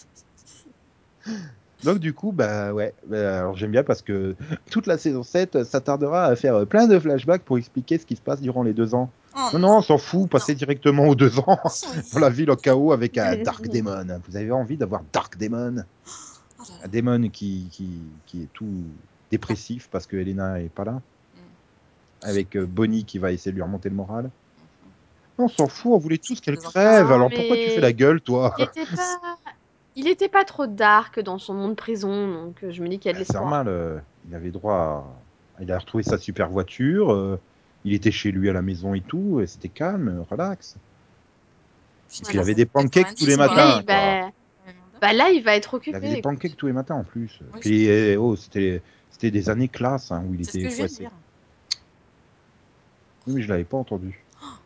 Donc du coup, bah ouais, alors j'aime bien parce que toute la saison 7 s'attardera à faire plein de flashbacks pour expliquer ce qui se passe durant les 2 ans. Oh Non, non, on s'en fout, passer directement aux 2 ans oui. dans la ville en chaos avec un Dark Demon. Vous avez envie d'avoir Dark Demon? Oh là là. Un démon qui est tout dépressif parce que Elena est pas là. Avec Bonnie qui va essayer de lui remonter le moral. On s'en fout, on voulait tous qu'elle crève. Non, Alors pourquoi tu fais la mais gueule, toi? il était pas trop dark dans son monde prison, donc je me dis qu'il y a de C'est l'espoir. normal, il avait droit il a retrouvé sa super voiture, il était chez lui à la maison et tout, et c'était calme, relax. Puis Et puis il voilà, avait c'est des pancakes tous les 90, Et là, quoi. matins, il quoi. va, bah là, il va être Il avait occupé. des Écoute. pancakes tous les matins en plus. Oui, Puis c'était des années classe où il c'est ce était que je viens de coincé. dire. Oui, mais je l'avais pas entendu.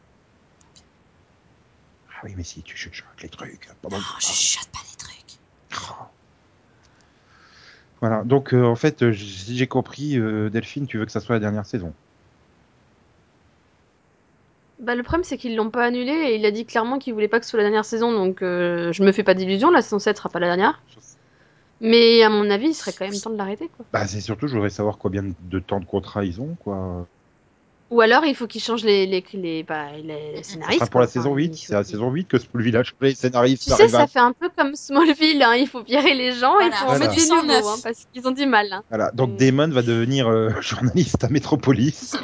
Ah oui, mais si tu chuchotes les trucs pendant que Oh, je je parle. chuchote pas les trucs. Oh. Voilà, donc en fait, si j'ai compris, Delphine, tu veux que ça soit la dernière saison. Bah, le problème, c'est qu'ils l'ont pas annulé et il a dit clairement qu'il voulait pas que ce soit la dernière saison, donc je me fais pas d'illusions, la saison 7 sera pas la dernière. Mais à mon avis, il serait quand même temps de l'arrêter, quoi. Bah, c'est surtout, je voudrais savoir combien de temps de contrat ils ont, quoi. Ou alors, il faut qu'ils changent les Ça sera scénaristes, pour quoi. la Enfin, saison 8, il c'est faut à la qu'ils... saison 8 que Smallville a changé les scénaristes, Tu ça sais, arrive à... ça fait un peu comme Smallville, hein. Il faut virer les gens et il faut Voilà, en faut mettre du Voilà. des sang nouveaux, hein, neuf. parce qu'ils ont du mal, hein. Voilà, donc C'est- Damon va devenir journaliste à Metropolis.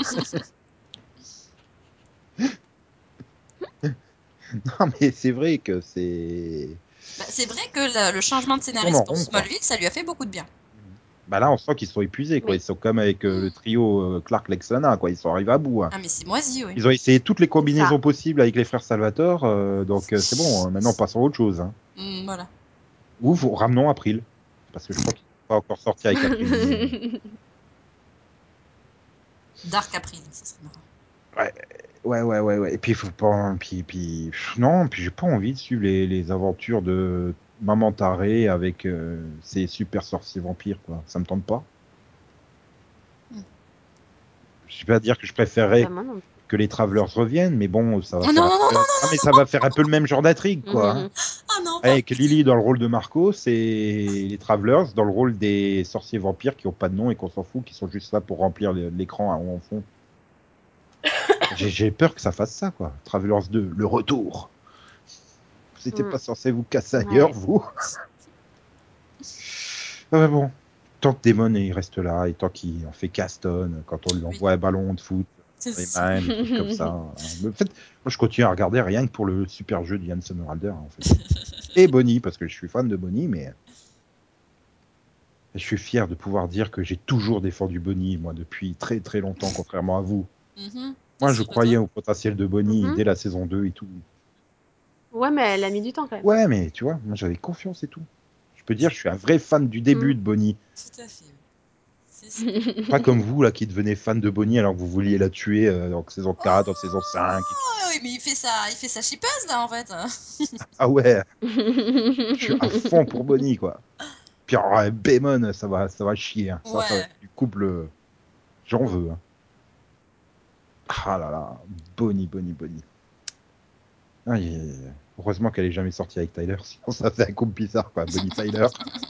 Non, mais c'est vrai que c'est... Bah, c'est vrai que le changement de Ça tourne en scénariste pour rond, quoi. Smallville, ça lui a fait beaucoup de bien. Bah là, on sent qu'ils sont épuisés, quoi. Oui. Ils sont comme avec le trio Clark, Lex, Lana, quoi. Ils sont arrivés à bout, hein. Ah, mais c'est moisi, oui. Ils ont essayé toutes les C'est ça. combinaisons possibles avec les frères Salvatore, donc c'est bon, hein. Maintenant passons à autre chose, hein. Voilà. Ou ramenons April, parce que je crois qu'il n'est pas encore sorti avec April, mais... Dark April, ça serait marrant. Ouais, ouais. Et puis, faut pas. Non, puis j'ai pas envie de suivre les aventures de Maman Tarée avec ses super sorciers vampires, quoi. Ça me tente pas. Je vais pas dire que je Bah, préférerais moi non que les Travelers reviennent, mais bon, ça va Oh faire non, un non, non, peu... non, Ah, mais ça va faire un peu le même genre d'intrigue, quoi. Hein. plus. ah non, pas. Avec Lily dans le rôle de Marcos et les Travelers dans le rôle des sorciers vampires qui ont pas de nom et qu'on s'en fout, qui sont juste là pour remplir l'écran en haut en fond. J'ai peur que ça fasse ça, quoi. Travelers 2, le retour. Vous n'étiez pas censé vous casser ailleurs, Ouais. vous. Ah ouais, bon. Tant que Damon il reste là, et tant qu'il en fait Caston, quand on lui Oui, envoie un ballon de foot c'est dans les ça. mains, des trucs comme ça. Hein. Mais en fait, moi je continue à regarder rien que pour le super jeu d'Ian Somerhalder, en fait. Et Bonnie, parce que je suis fan de Bonnie, mais je suis fier de pouvoir dire que j'ai toujours défendu Bonnie, moi, depuis très très longtemps, contrairement à vous. T'es Moi, je sûr de toi? croyais au potentiel de Bonnie Mhm. dès la saison 2 et tout. Ouais, mais elle a mis du temps quand même. Ouais, mais tu vois, moi j'avais confiance et tout. Je peux dire, je suis un vrai fan du début Mm. de Bonnie. Tout à fait, oui. C'est ça. Pas comme vous, là, qui devenez fan de Bonnie alors que vous vouliez la tuer en saison 4, en saison 5. Oh, oui, mais il fait sa chipeuse, là, en fait. Ah ouais, je suis à fond pour Bonnie, quoi. Puis alors, Baemon, ça va chier. Hein. Ça va Ouais. être du couple, j'en veux. Hein. Ah là là, Bonnie. Ah, heureusement qu'elle est jamais sortie avec Tyler, sinon ça fait un couple bizarre, quoi. Bonnie Tyler.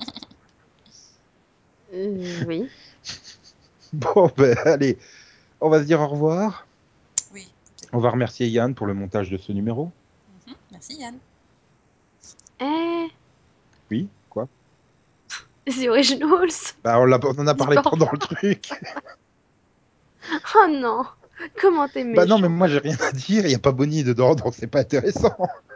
Oui. Bon, ben allez, on va se dire au revoir. Oui. On va remercier Yann pour le montage de ce numéro. Merci, Yann. Eh, Oui, quoi? The Originals. Bah, on en a Dis parlé pas au pendant le revoir. truc. Oh non. Comment t'es Bah non, mais méchant. moi j'ai rien à dire, il n'y a pas Bonnie dedans, donc c'est pas intéressant.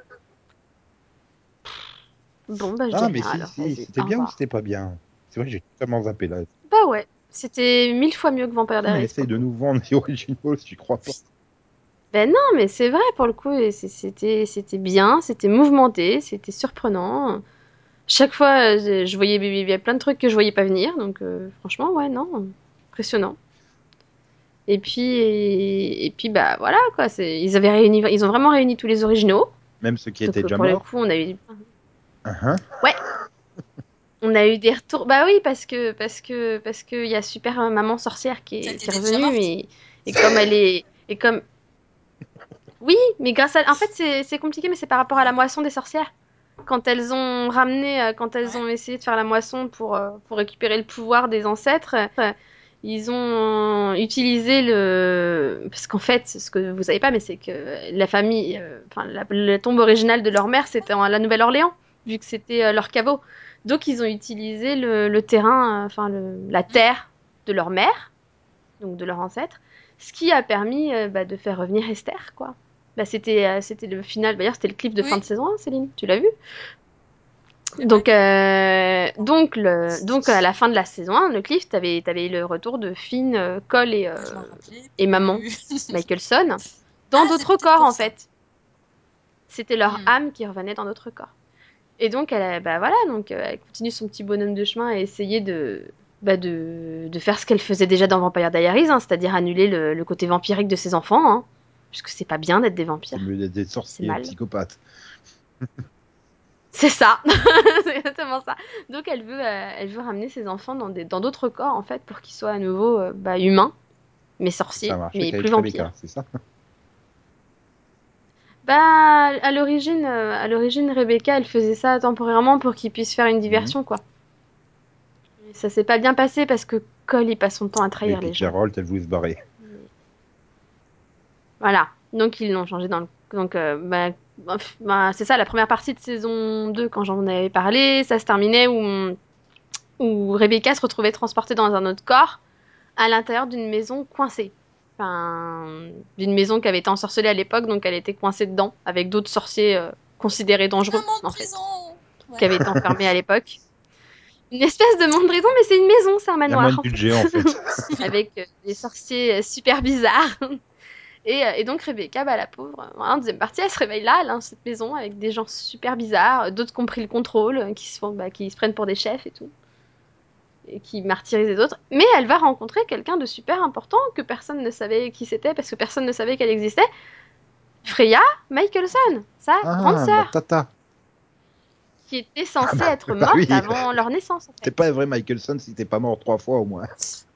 Bon, bah je dis Ah, mais rien si, alors. si, Vas-y, c'était au bien ou revoir. c'était pas bien? C'est vrai, j'ai totalement zappé là. Bah ouais. C'était 1000 fois mieux que Vampire Non, mais Diaries pour essaye le de coup. nous vendre les originaux, j'y crois pas. Ben non, mais c'est vrai pour le coup. Et c'était bien, c'était mouvementé, c'était surprenant. Chaque fois, je voyais, il y avait plein de trucs que je voyais pas venir. Donc franchement, ouais, non. Impressionnant. Et puis bah voilà quoi. Ils ont vraiment réuni tous les originaux. Même ceux qui étaient Donc déjà pour le morts. coup, on a eu. Hein. Ouais, On a eu des retours. Bah oui, parce que il y a Super Maman Sorcière Celle qui qui est était déjà revenue morte. et comme elle est et comme oui, mais grâce à en fait c'est compliqué, mais c'est par rapport à la moisson des sorcières. Quand elles ont ramené, quand elles Ouais. ont essayé de faire la moisson pour récupérer le pouvoir des ancêtres, ils ont utilisé le parce qu'en fait, ce que vous savez pas, mais c'est que la famille, enfin la tombe originale de leur mère, c'était en la Nouvelle-Orléans, vu que c'était leur caveau. Donc ils ont utilisé le terrain, enfin la Mm. terre de leur mère, donc de leur ancêtre, ce qui a permis de faire revenir Esther, quoi. Bah, c'était le final, d'ailleurs c'était le clip de fin de Oui, saison, hein, Céline, tu l'as vu? c'est vrai. Donc à la fin de la saison 1, le clip, t'avais le retour de Finn, Cole Ah, je m'en rappelais et maman, plus. Michelson, dans Ah, c'est d'autres peut-être corps pour en ça. fait. C'était leur Mm. âme qui revenait dans d'autres corps. Et donc bah voilà, donc elle continue son petit bonhomme de chemin à essayer de faire ce qu'elle faisait déjà dans Vampire Diaries, hein, c'est-à-dire annuler le côté vampirique de ses enfants, hein, puisque c'est pas bien d'être des C'est vampires, mieux d'être des c'est sorciers mal. psychopathes. C'est ça, c'est exactement ça. Donc elle veut ramener ses enfants dans d'autres corps en fait pour qu'ils soient à nouveau humains, mais Ça sorciers, marchait mais plus qu'avec Rebecca, vampires. c'est ça? Bah à l'origine Rebecca elle faisait ça temporairement pour qu'ils puissent faire une Mhm. diversion quoi. Mais ça s'est pas bien passé parce que Cole il passe son temps à Oui, trahir puis les gens. Clairol, elle voulu se barrer. Mais voilà, donc ils l'ont changé dans le donc c'est ça la première partie de saison 2 quand j'en avais parlé, ça se terminait où Rebecca se retrouvait transportée dans un autre corps à l'intérieur d'une maison coincée. Enfin, d'une maison qui avait été ensorcelée à l'époque, donc elle était coincée dedans, avec d'autres sorciers considérés dangereux, Un monde en fait, prison. qui Ouais. avaient été enfermés à l'époque. Une espèce de monde prison, mais c'est une maison, c'est un Il y a moins manoir, de en budget, fait. en fait. Avec des sorciers super bizarres. Et donc Rebecca, bah, la pauvre, en deuxième partie, elle se réveille là, dans cette maison, avec des gens super bizarres, d'autres qui ont pris le contrôle, qui se prennent pour des chefs et tout. Et qui martyrise les autres, mais elle va rencontrer quelqu'un de super important que personne ne savait qui c'était parce que personne ne savait qu'elle existait. Freya Michelson, sa grande Ah, ma sœur, tata. qui était Ah censée être bah morte oui, avant leur naissance en t'es pas un fait. vrai Michelson si t'es pas mort 3 fois au moins.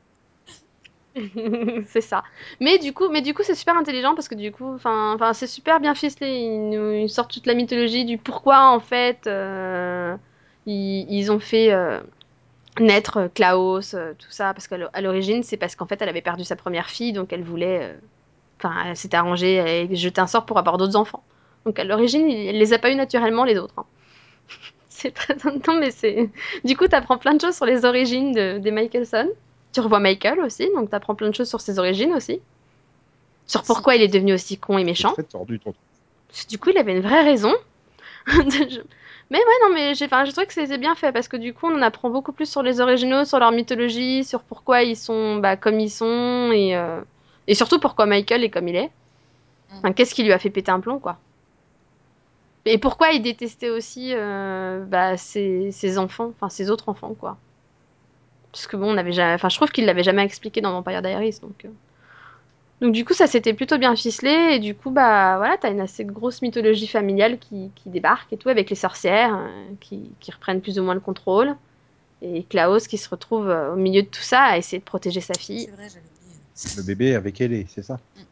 C'est ça. Mais du coup, c'est super intelligent parce que du coup, enfin, c'est super bien ficelé. Ils sortent toute la mythologie du pourquoi en fait ils ont fait naître Klaus, tout ça, parce qu'à l'origine, c'est parce qu'en fait, elle avait perdu sa première fille, donc elle voulait enfin, elle s'était arrangée, elle jeter un sort pour avoir d'autres enfants. Donc à l'origine, elle les a pas eu naturellement les autres, hein. C'est très non mais c'est. Du coup, t'apprends plein de choses sur les origines des Michelson. Tu revois Michael aussi, donc t'apprends plein de choses sur ses origines aussi. Sur pourquoi il est devenu aussi con et C'est méchant. très tordu ton truc. Parce que du coup, il avait une vraie raison. Mais ouais, non, mais je trouve que c'était bien fait parce que du coup, on en apprend beaucoup plus sur les originaux, sur leur mythologie, sur pourquoi ils sont comme ils sont et surtout pourquoi Michael est comme il est. Mm. Enfin, qu'est-ce qui lui a fait péter un plomb, quoi. Et pourquoi il détestait aussi ses enfants, enfin ses autres enfants, quoi. Parce que bon, on avait jamais, enfin, je trouve qu'il l'avait jamais expliqué dans Vampire Diaries, donc du coup, ça s'était plutôt bien ficelé et du coup, bah voilà, t'as une assez grosse mythologie familiale qui débarque et tout avec les sorcières qui reprennent plus ou moins le contrôle et Klaus qui se retrouve au milieu de tout ça à essayer de protéger sa fille. C'est vrai, j'avais oublié. Le bébé avec Ellie, c'est ça? Mm.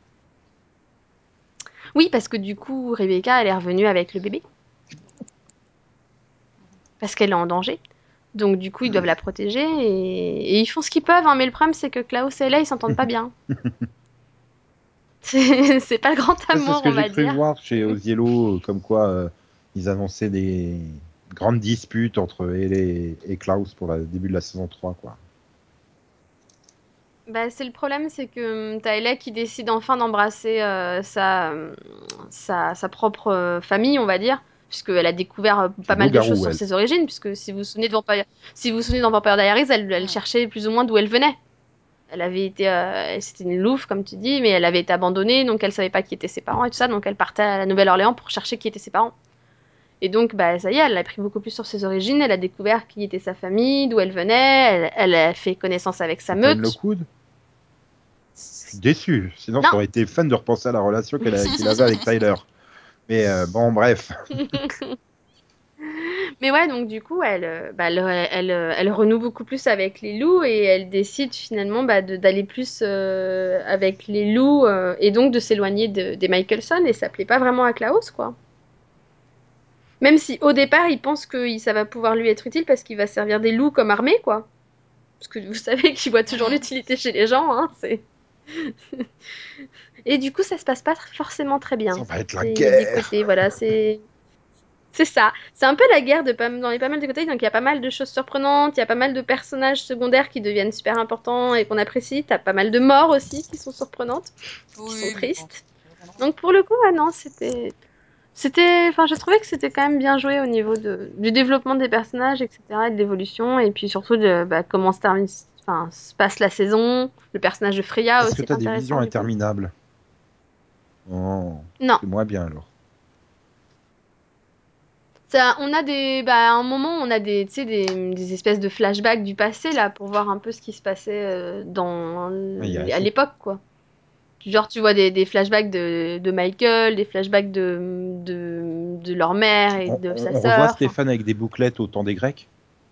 Oui, parce que du coup, Rebecca, elle est revenue avec le bébé parce qu'elle est en danger. Donc du coup, ils doivent la protéger et ils font ce qu'ils peuvent, hein, mais le problème c'est que Klaus et Ella, ils s'entendent pas bien. C'est pas le grand Ça, c'est ce amour, que on j'ai va cru dire. voir chez Oziello, comme quoi ils annonçaient des grandes disputes entre Ellie et Klaus pour le début de la saison 3, quoi. Bah, c'est le problème, c'est que t'as Ella qui décide enfin d'embrasser sa propre famille, on va dire, puisqu'elle a découvert C'est pas mal de choses loup-garou, sur elle. ses origines, puisque si vous vous souvenez dans Vampire Diaries, elle Mm. cherchait plus ou moins d'où elle venait. Elle avait été, c'était une louve, comme tu dis, mais elle avait été abandonnée, donc elle savait pas qui étaient ses parents et tout ça, donc elle partait à la Nouvelle-Orléans pour chercher qui étaient ses parents. Et donc, bah, ça y est, elle a appris beaucoup plus sur ses origines, elle a découvert qui était sa famille, d'où elle venait, elle a fait connaissance avec sa C'est pas une meute. Lockwood? Je suis déçu. Sinon, ça Non, aurait été fun de repenser à la relation qu'il avait avec Tyler. Mais bon, bref. Mais ouais, donc du coup, elle renoue beaucoup plus avec les loups et elle décide finalement d'aller plus avec les loups et donc de s'éloigner des Michelson et ça plaît pas vraiment à Klaus, quoi. Même si au départ, il pense que ça va pouvoir lui être utile parce qu'il va servir des loups comme armée, quoi. Parce que vous savez qu'il voit toujours Mhm. l'utilité chez les gens, hein, c'est... Et du coup, ça se passe pas forcément très Ça bien. va être la Il y a des guerre. côtés, voilà, c'est ça. C'est un peu la guerre dans les pas mal de côtés. Donc il y a pas mal de choses surprenantes, il y a pas mal de personnages secondaires qui deviennent super importants et qu'on apprécie. T'as pas mal de morts aussi qui sont surprenantes, qui sont Oui, mais bon, tristes. c'est rien de rose. Donc pour le coup, ah non, enfin, je trouvais que c'était quand même bien joué au niveau du développement des personnages, etc., et de l'évolution, et puis surtout de comment se passe la saison. Le personnage de Freya Est-ce que aussi tu est as des visions intéressant du coup. interminables? Oh, Non. c'est moins bien alors. On a à un moment, on a tu sais, des espèces de flashbacks du passé, là, pour voir un peu ce qui se passait Ah, il y a à assez. l'époque, quoi. Genre, tu vois des flashbacks de Michael, des flashbacks de leur mère et de sa On revoit sœur. Enfin, Stéphane avec des bouclettes au temps des Grecs.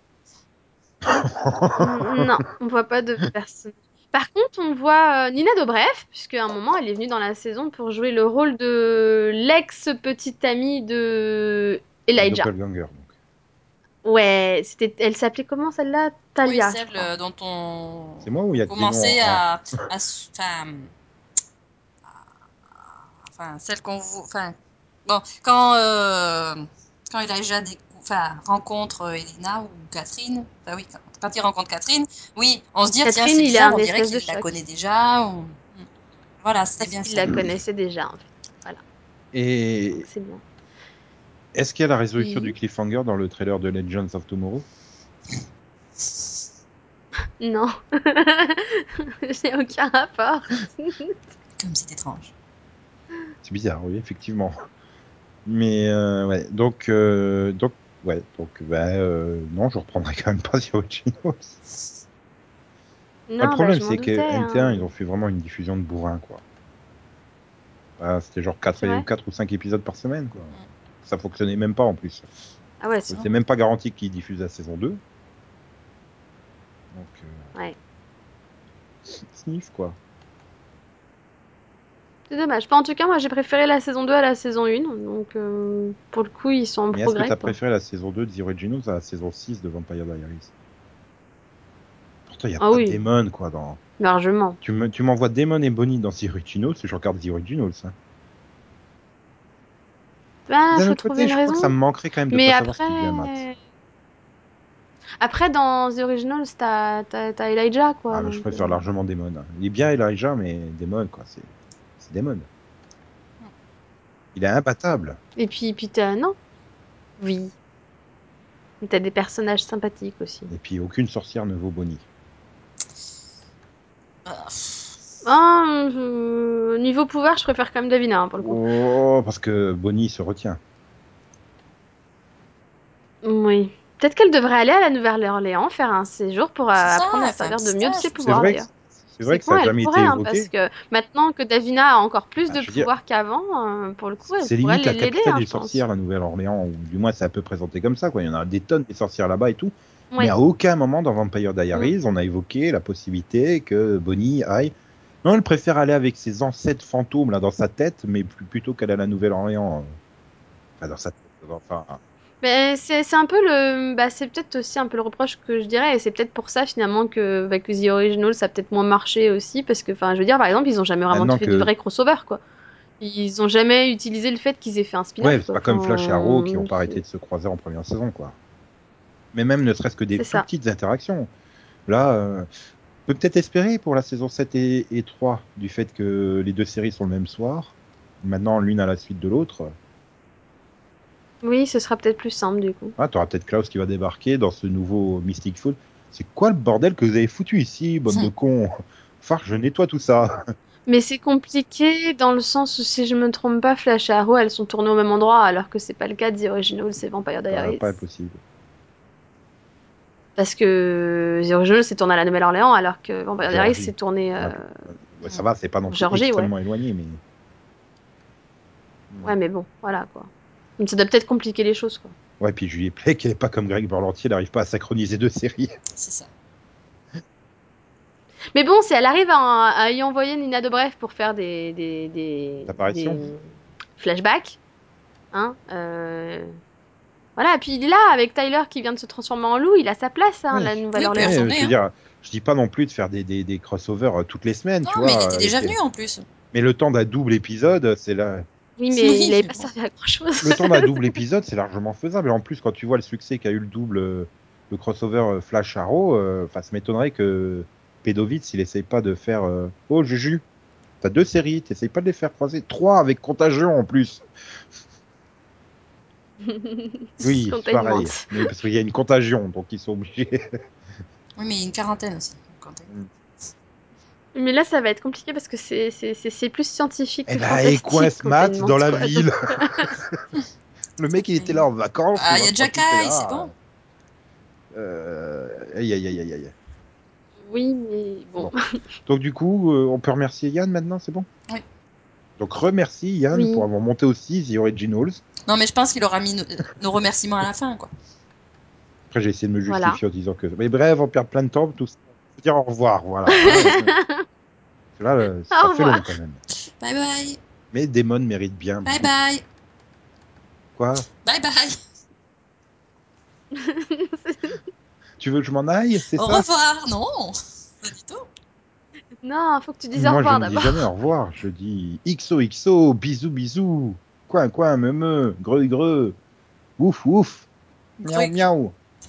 non, on voit pas de personne. Par contre, on voit Nina Dobrev, puisque à un moment, elle est venue dans la saison pour jouer le rôle de l'ex-petite amie de La Elijah. doppelganger, donc. Ouais, elle s'appelait comment celle-là? Oui, Talia, je celle crois. dont C'est moi ou il y on a que des noms commençait en... enfin, celle qu'on vous, enfin, bon, quand Elijah rencontre Elena ou Catherine, enfin oui, quand il rencontre Catherine, oui, on se dit, tiens, Catherine, c'est il a bizarre, un on dirait espèce de qu'il la choc. connaît déjà. Voilà, c'était Parce bien qu'il ça. la connaissait déjà, en fait. Voilà, donc Et c'est bien. est-ce qu'il y a la résolution du Oui. cliffhanger dans le trailer de Legends of Tomorrow? Non. J'ai aucun rapport. Comme c'est étrange. C'est bizarre, oui, effectivement. Mais ouais, ouais, non, je reprendrai quand même pas The Originals. Le Non, bah problème, je m'en c'est que doutais, NT1, hein. ils ont fait vraiment une diffusion de bourrin, quoi. Ah, c'était genre C'est vrai? 4 ou 5 épisodes par semaine, quoi. Ça fonctionnait même pas en plus. Ah ouais, c'est C'est même pas garanti qu'ils diffusent la saison 2. Donc, ouais. sniff, quoi. C'est dommage. Enfin, en tout cas, moi j'ai préféré la saison 2 à la saison 1. Donc pour le coup, ils sont en Mais est-ce que progrès, t'as quoi. préféré la saison 2 de The Originals à la saison 6 de Vampire Diaries? Pourtant, il n'y a Ah pas de oui, Damon, quoi, dans... largement. Tu m'envoies Damon et Bonnie dans The Originals, je regarde The Originals, hein. Ben, D'un faut autre trouver côté, une je crois que ça raison. me manquerait quand même de Mais pas savoir ce qu'il devient, Matt. après dans The Originals, t'as Elijah, quoi. Ah, mais je Donc, préfère largement Damon, hein. Il est bien Elijah, mais Damon, quoi, c'est Damon. Il est imbattable. Et puis t'as... Non, oui. Mais t'as des personnages sympathiques aussi. Et puis, aucune sorcière ne vaut Bonnie. Ah, Ah, niveau pouvoir, je préfère quand même Davina, hein, pour le coup. Oh, parce que Bonnie se retient. Oui. Peut-être qu'elle devrait aller à la Nouvelle-Orléans faire un séjour pour c'est ça, apprendre à elle fait un servir de petit mieux de stage. ses pouvoirs, d'ailleurs. C'est vrai que ça Techniquement, a elle jamais pourrait, été hein, parce évoqué. que maintenant que Davina a encore plus Bah, de je veux dire, pouvoirs qu'avant, pour le coup, elle c'est pourrait limite la l'aider, capitale hein, des je pense. sorcières, la Nouvelle-Orléans, ou du moins c'est un peu présenté comme ça, quoi. Il y en a des tonnes des sorcières là-bas et tout. Mais Oui. à aucun moment dans Vampire Mm. Diaries, on a évoqué la possibilité que Bonnie aille. Non, elle préfère aller avec ses ancêtres fantômes là dans sa tête, mais plutôt qu'aller à la Nouvelle-Orléans. Enfin, dans sa tête. Enfin, Mais c'est un peu c'est peut-être aussi un peu le reproche que je dirais, et c'est peut-être pour ça finalement que The Original ça a peut-être moins marché aussi, parce que, enfin, je veux dire, par exemple, ils ont jamais vraiment maintenant fait du que. vrai crossover, quoi. Ils ont jamais utilisé le fait qu'ils aient fait un Ouais, spin-off, c'est quoi. pas comme Flash et Arrow qui Enfin, ont pas arrêté de se croiser en première saison, quoi. Mais même ne serait-ce que des c'est tout ça. petites interactions. Là, peut être espérer pour la saison 7 et 3 du fait que les deux séries sont le même soir. Maintenant, l'une à la suite de l'autre. Oui, ce sera peut-être plus simple du coup. Ah, t'auras peut-être Klaus qui va débarquer dans ce nouveau Mystic Falls. C'est quoi le bordel que vous avez foutu ici, bande de cons? Enfin, je nettoie tout ça. Mais c'est compliqué dans le sens où, si je me trompe pas, Flash et Arrow elles sont tournées au même endroit, alors que c'est pas le cas de The Original, c'est Vampire Ça va Diaries. pas être possible. Parce que The Original c'est tourné à la Nouvelle-Orléans, alors que En Vampire Diaries c'est Géorgie. tourné Ouais, ouais, ça va, c'est pas non en plus Géorgie, ouais. extrêmement éloigné, mais. Ouais, mais bon, voilà quoi. Donc ça doit peut-être compliquer les choses, quoi. Ouais, puis Julie Plec, elle est pas comme Greg Berlanti, elle n'arrive pas à synchroniser 2 séries. C'est ça. Mais bon, si elle arrive à y envoyer Nina Dobrev pour faire D'apparition. des flashbacks, hein, voilà. Et puis là, avec Tyler qui vient de se transformer en loup, il a sa place, hein, Ouais. la Oui, il peut y Nouvelle-Orléans. retourner, Je veux hein. dire, je dis pas non plus de faire des crossovers toutes les semaines, Non, tu mais il vois, était déjà venu en plus. mais le temps d'un double épisode, c'est là. Oui, mais il Oui, avait mais pas bon. servi à grand-chose. Le temps d'un double épisode, c'est largement faisable. Et en plus, quand tu vois le succès qu'a eu le double, le crossover Flash Arrow, enfin, ça m'étonnerait que Pedovitz, il essaye pas de faire. Oh, Juju, t'as 2 séries, t'essayes pas de les faire croiser. 3 avec Contagion en plus. Oui, c'est Containment. pareil. Mais parce qu'il y a une contagion, donc ils sont obligés. Oui, mais il y a une quarantaine aussi. Quand elle- Mais là, ça va être compliqué parce que c'est plus scientifique Eh que ben, et fantastique, coince Matt Containment, dans la quoi. Donc, ville. Le mec, il était là en vacances, tu Ah, il y vois, a tranquille, t'es Jacky, c'est là. bon. Aïe, aïe, aïe, aïe, aïe. oui, mais bon. Bon. Donc, du coup, on peut remercier Yann maintenant, c'est bon? Oui. Donc, remercie Yann pour Oui. avoir monté aussi The Originals. Non, mais je pense qu'il aura mis nos remerciements à la fin, quoi. Après, j'ai essayé de me Voilà. justifier en disant que. Mais bref, on perd plein de temps, tout ça. Faut dire au revoir, voilà. Hein. Parce que là, Au ça fait long revoir. quand même. Bye bye. Mais Damon mérite bien Bye beaucoup. bye. Quoi? Bye bye. Tu veux que je m'en aille? C'est Au ça? revoir. Non, pas du tout. Non, faut que tu dises au Moi, je revoir ne dis jamais d'abord. au revoir. Je dis XOXO, bisous, bisous. Coin, coin, me, greu, greu. Ouf, ouf. Miaou, Cru. miaou.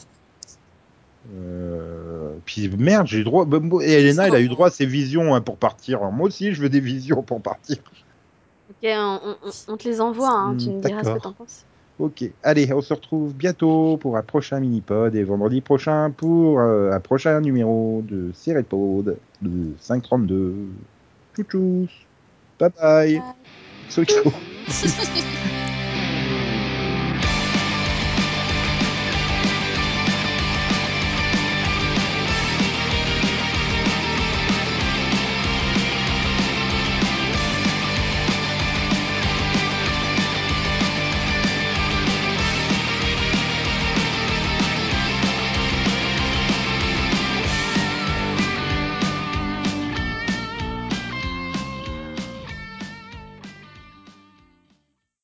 Puis merde, j'ai eu droit. Et Elena, elle a eu droit à ses visions hein, pour partir. Alors, moi aussi, je veux des visions pour partir. Ok, on te les envoie, hein. Tu me diras ce que t'en D'accord. penses. Ok. Allez, on se retrouve bientôt pour un prochain mini-pod et vendredi prochain pour un prochain numéro de Pod de 532. Tchou tchou. Bye bye. Bye. XOXO. Tchuss.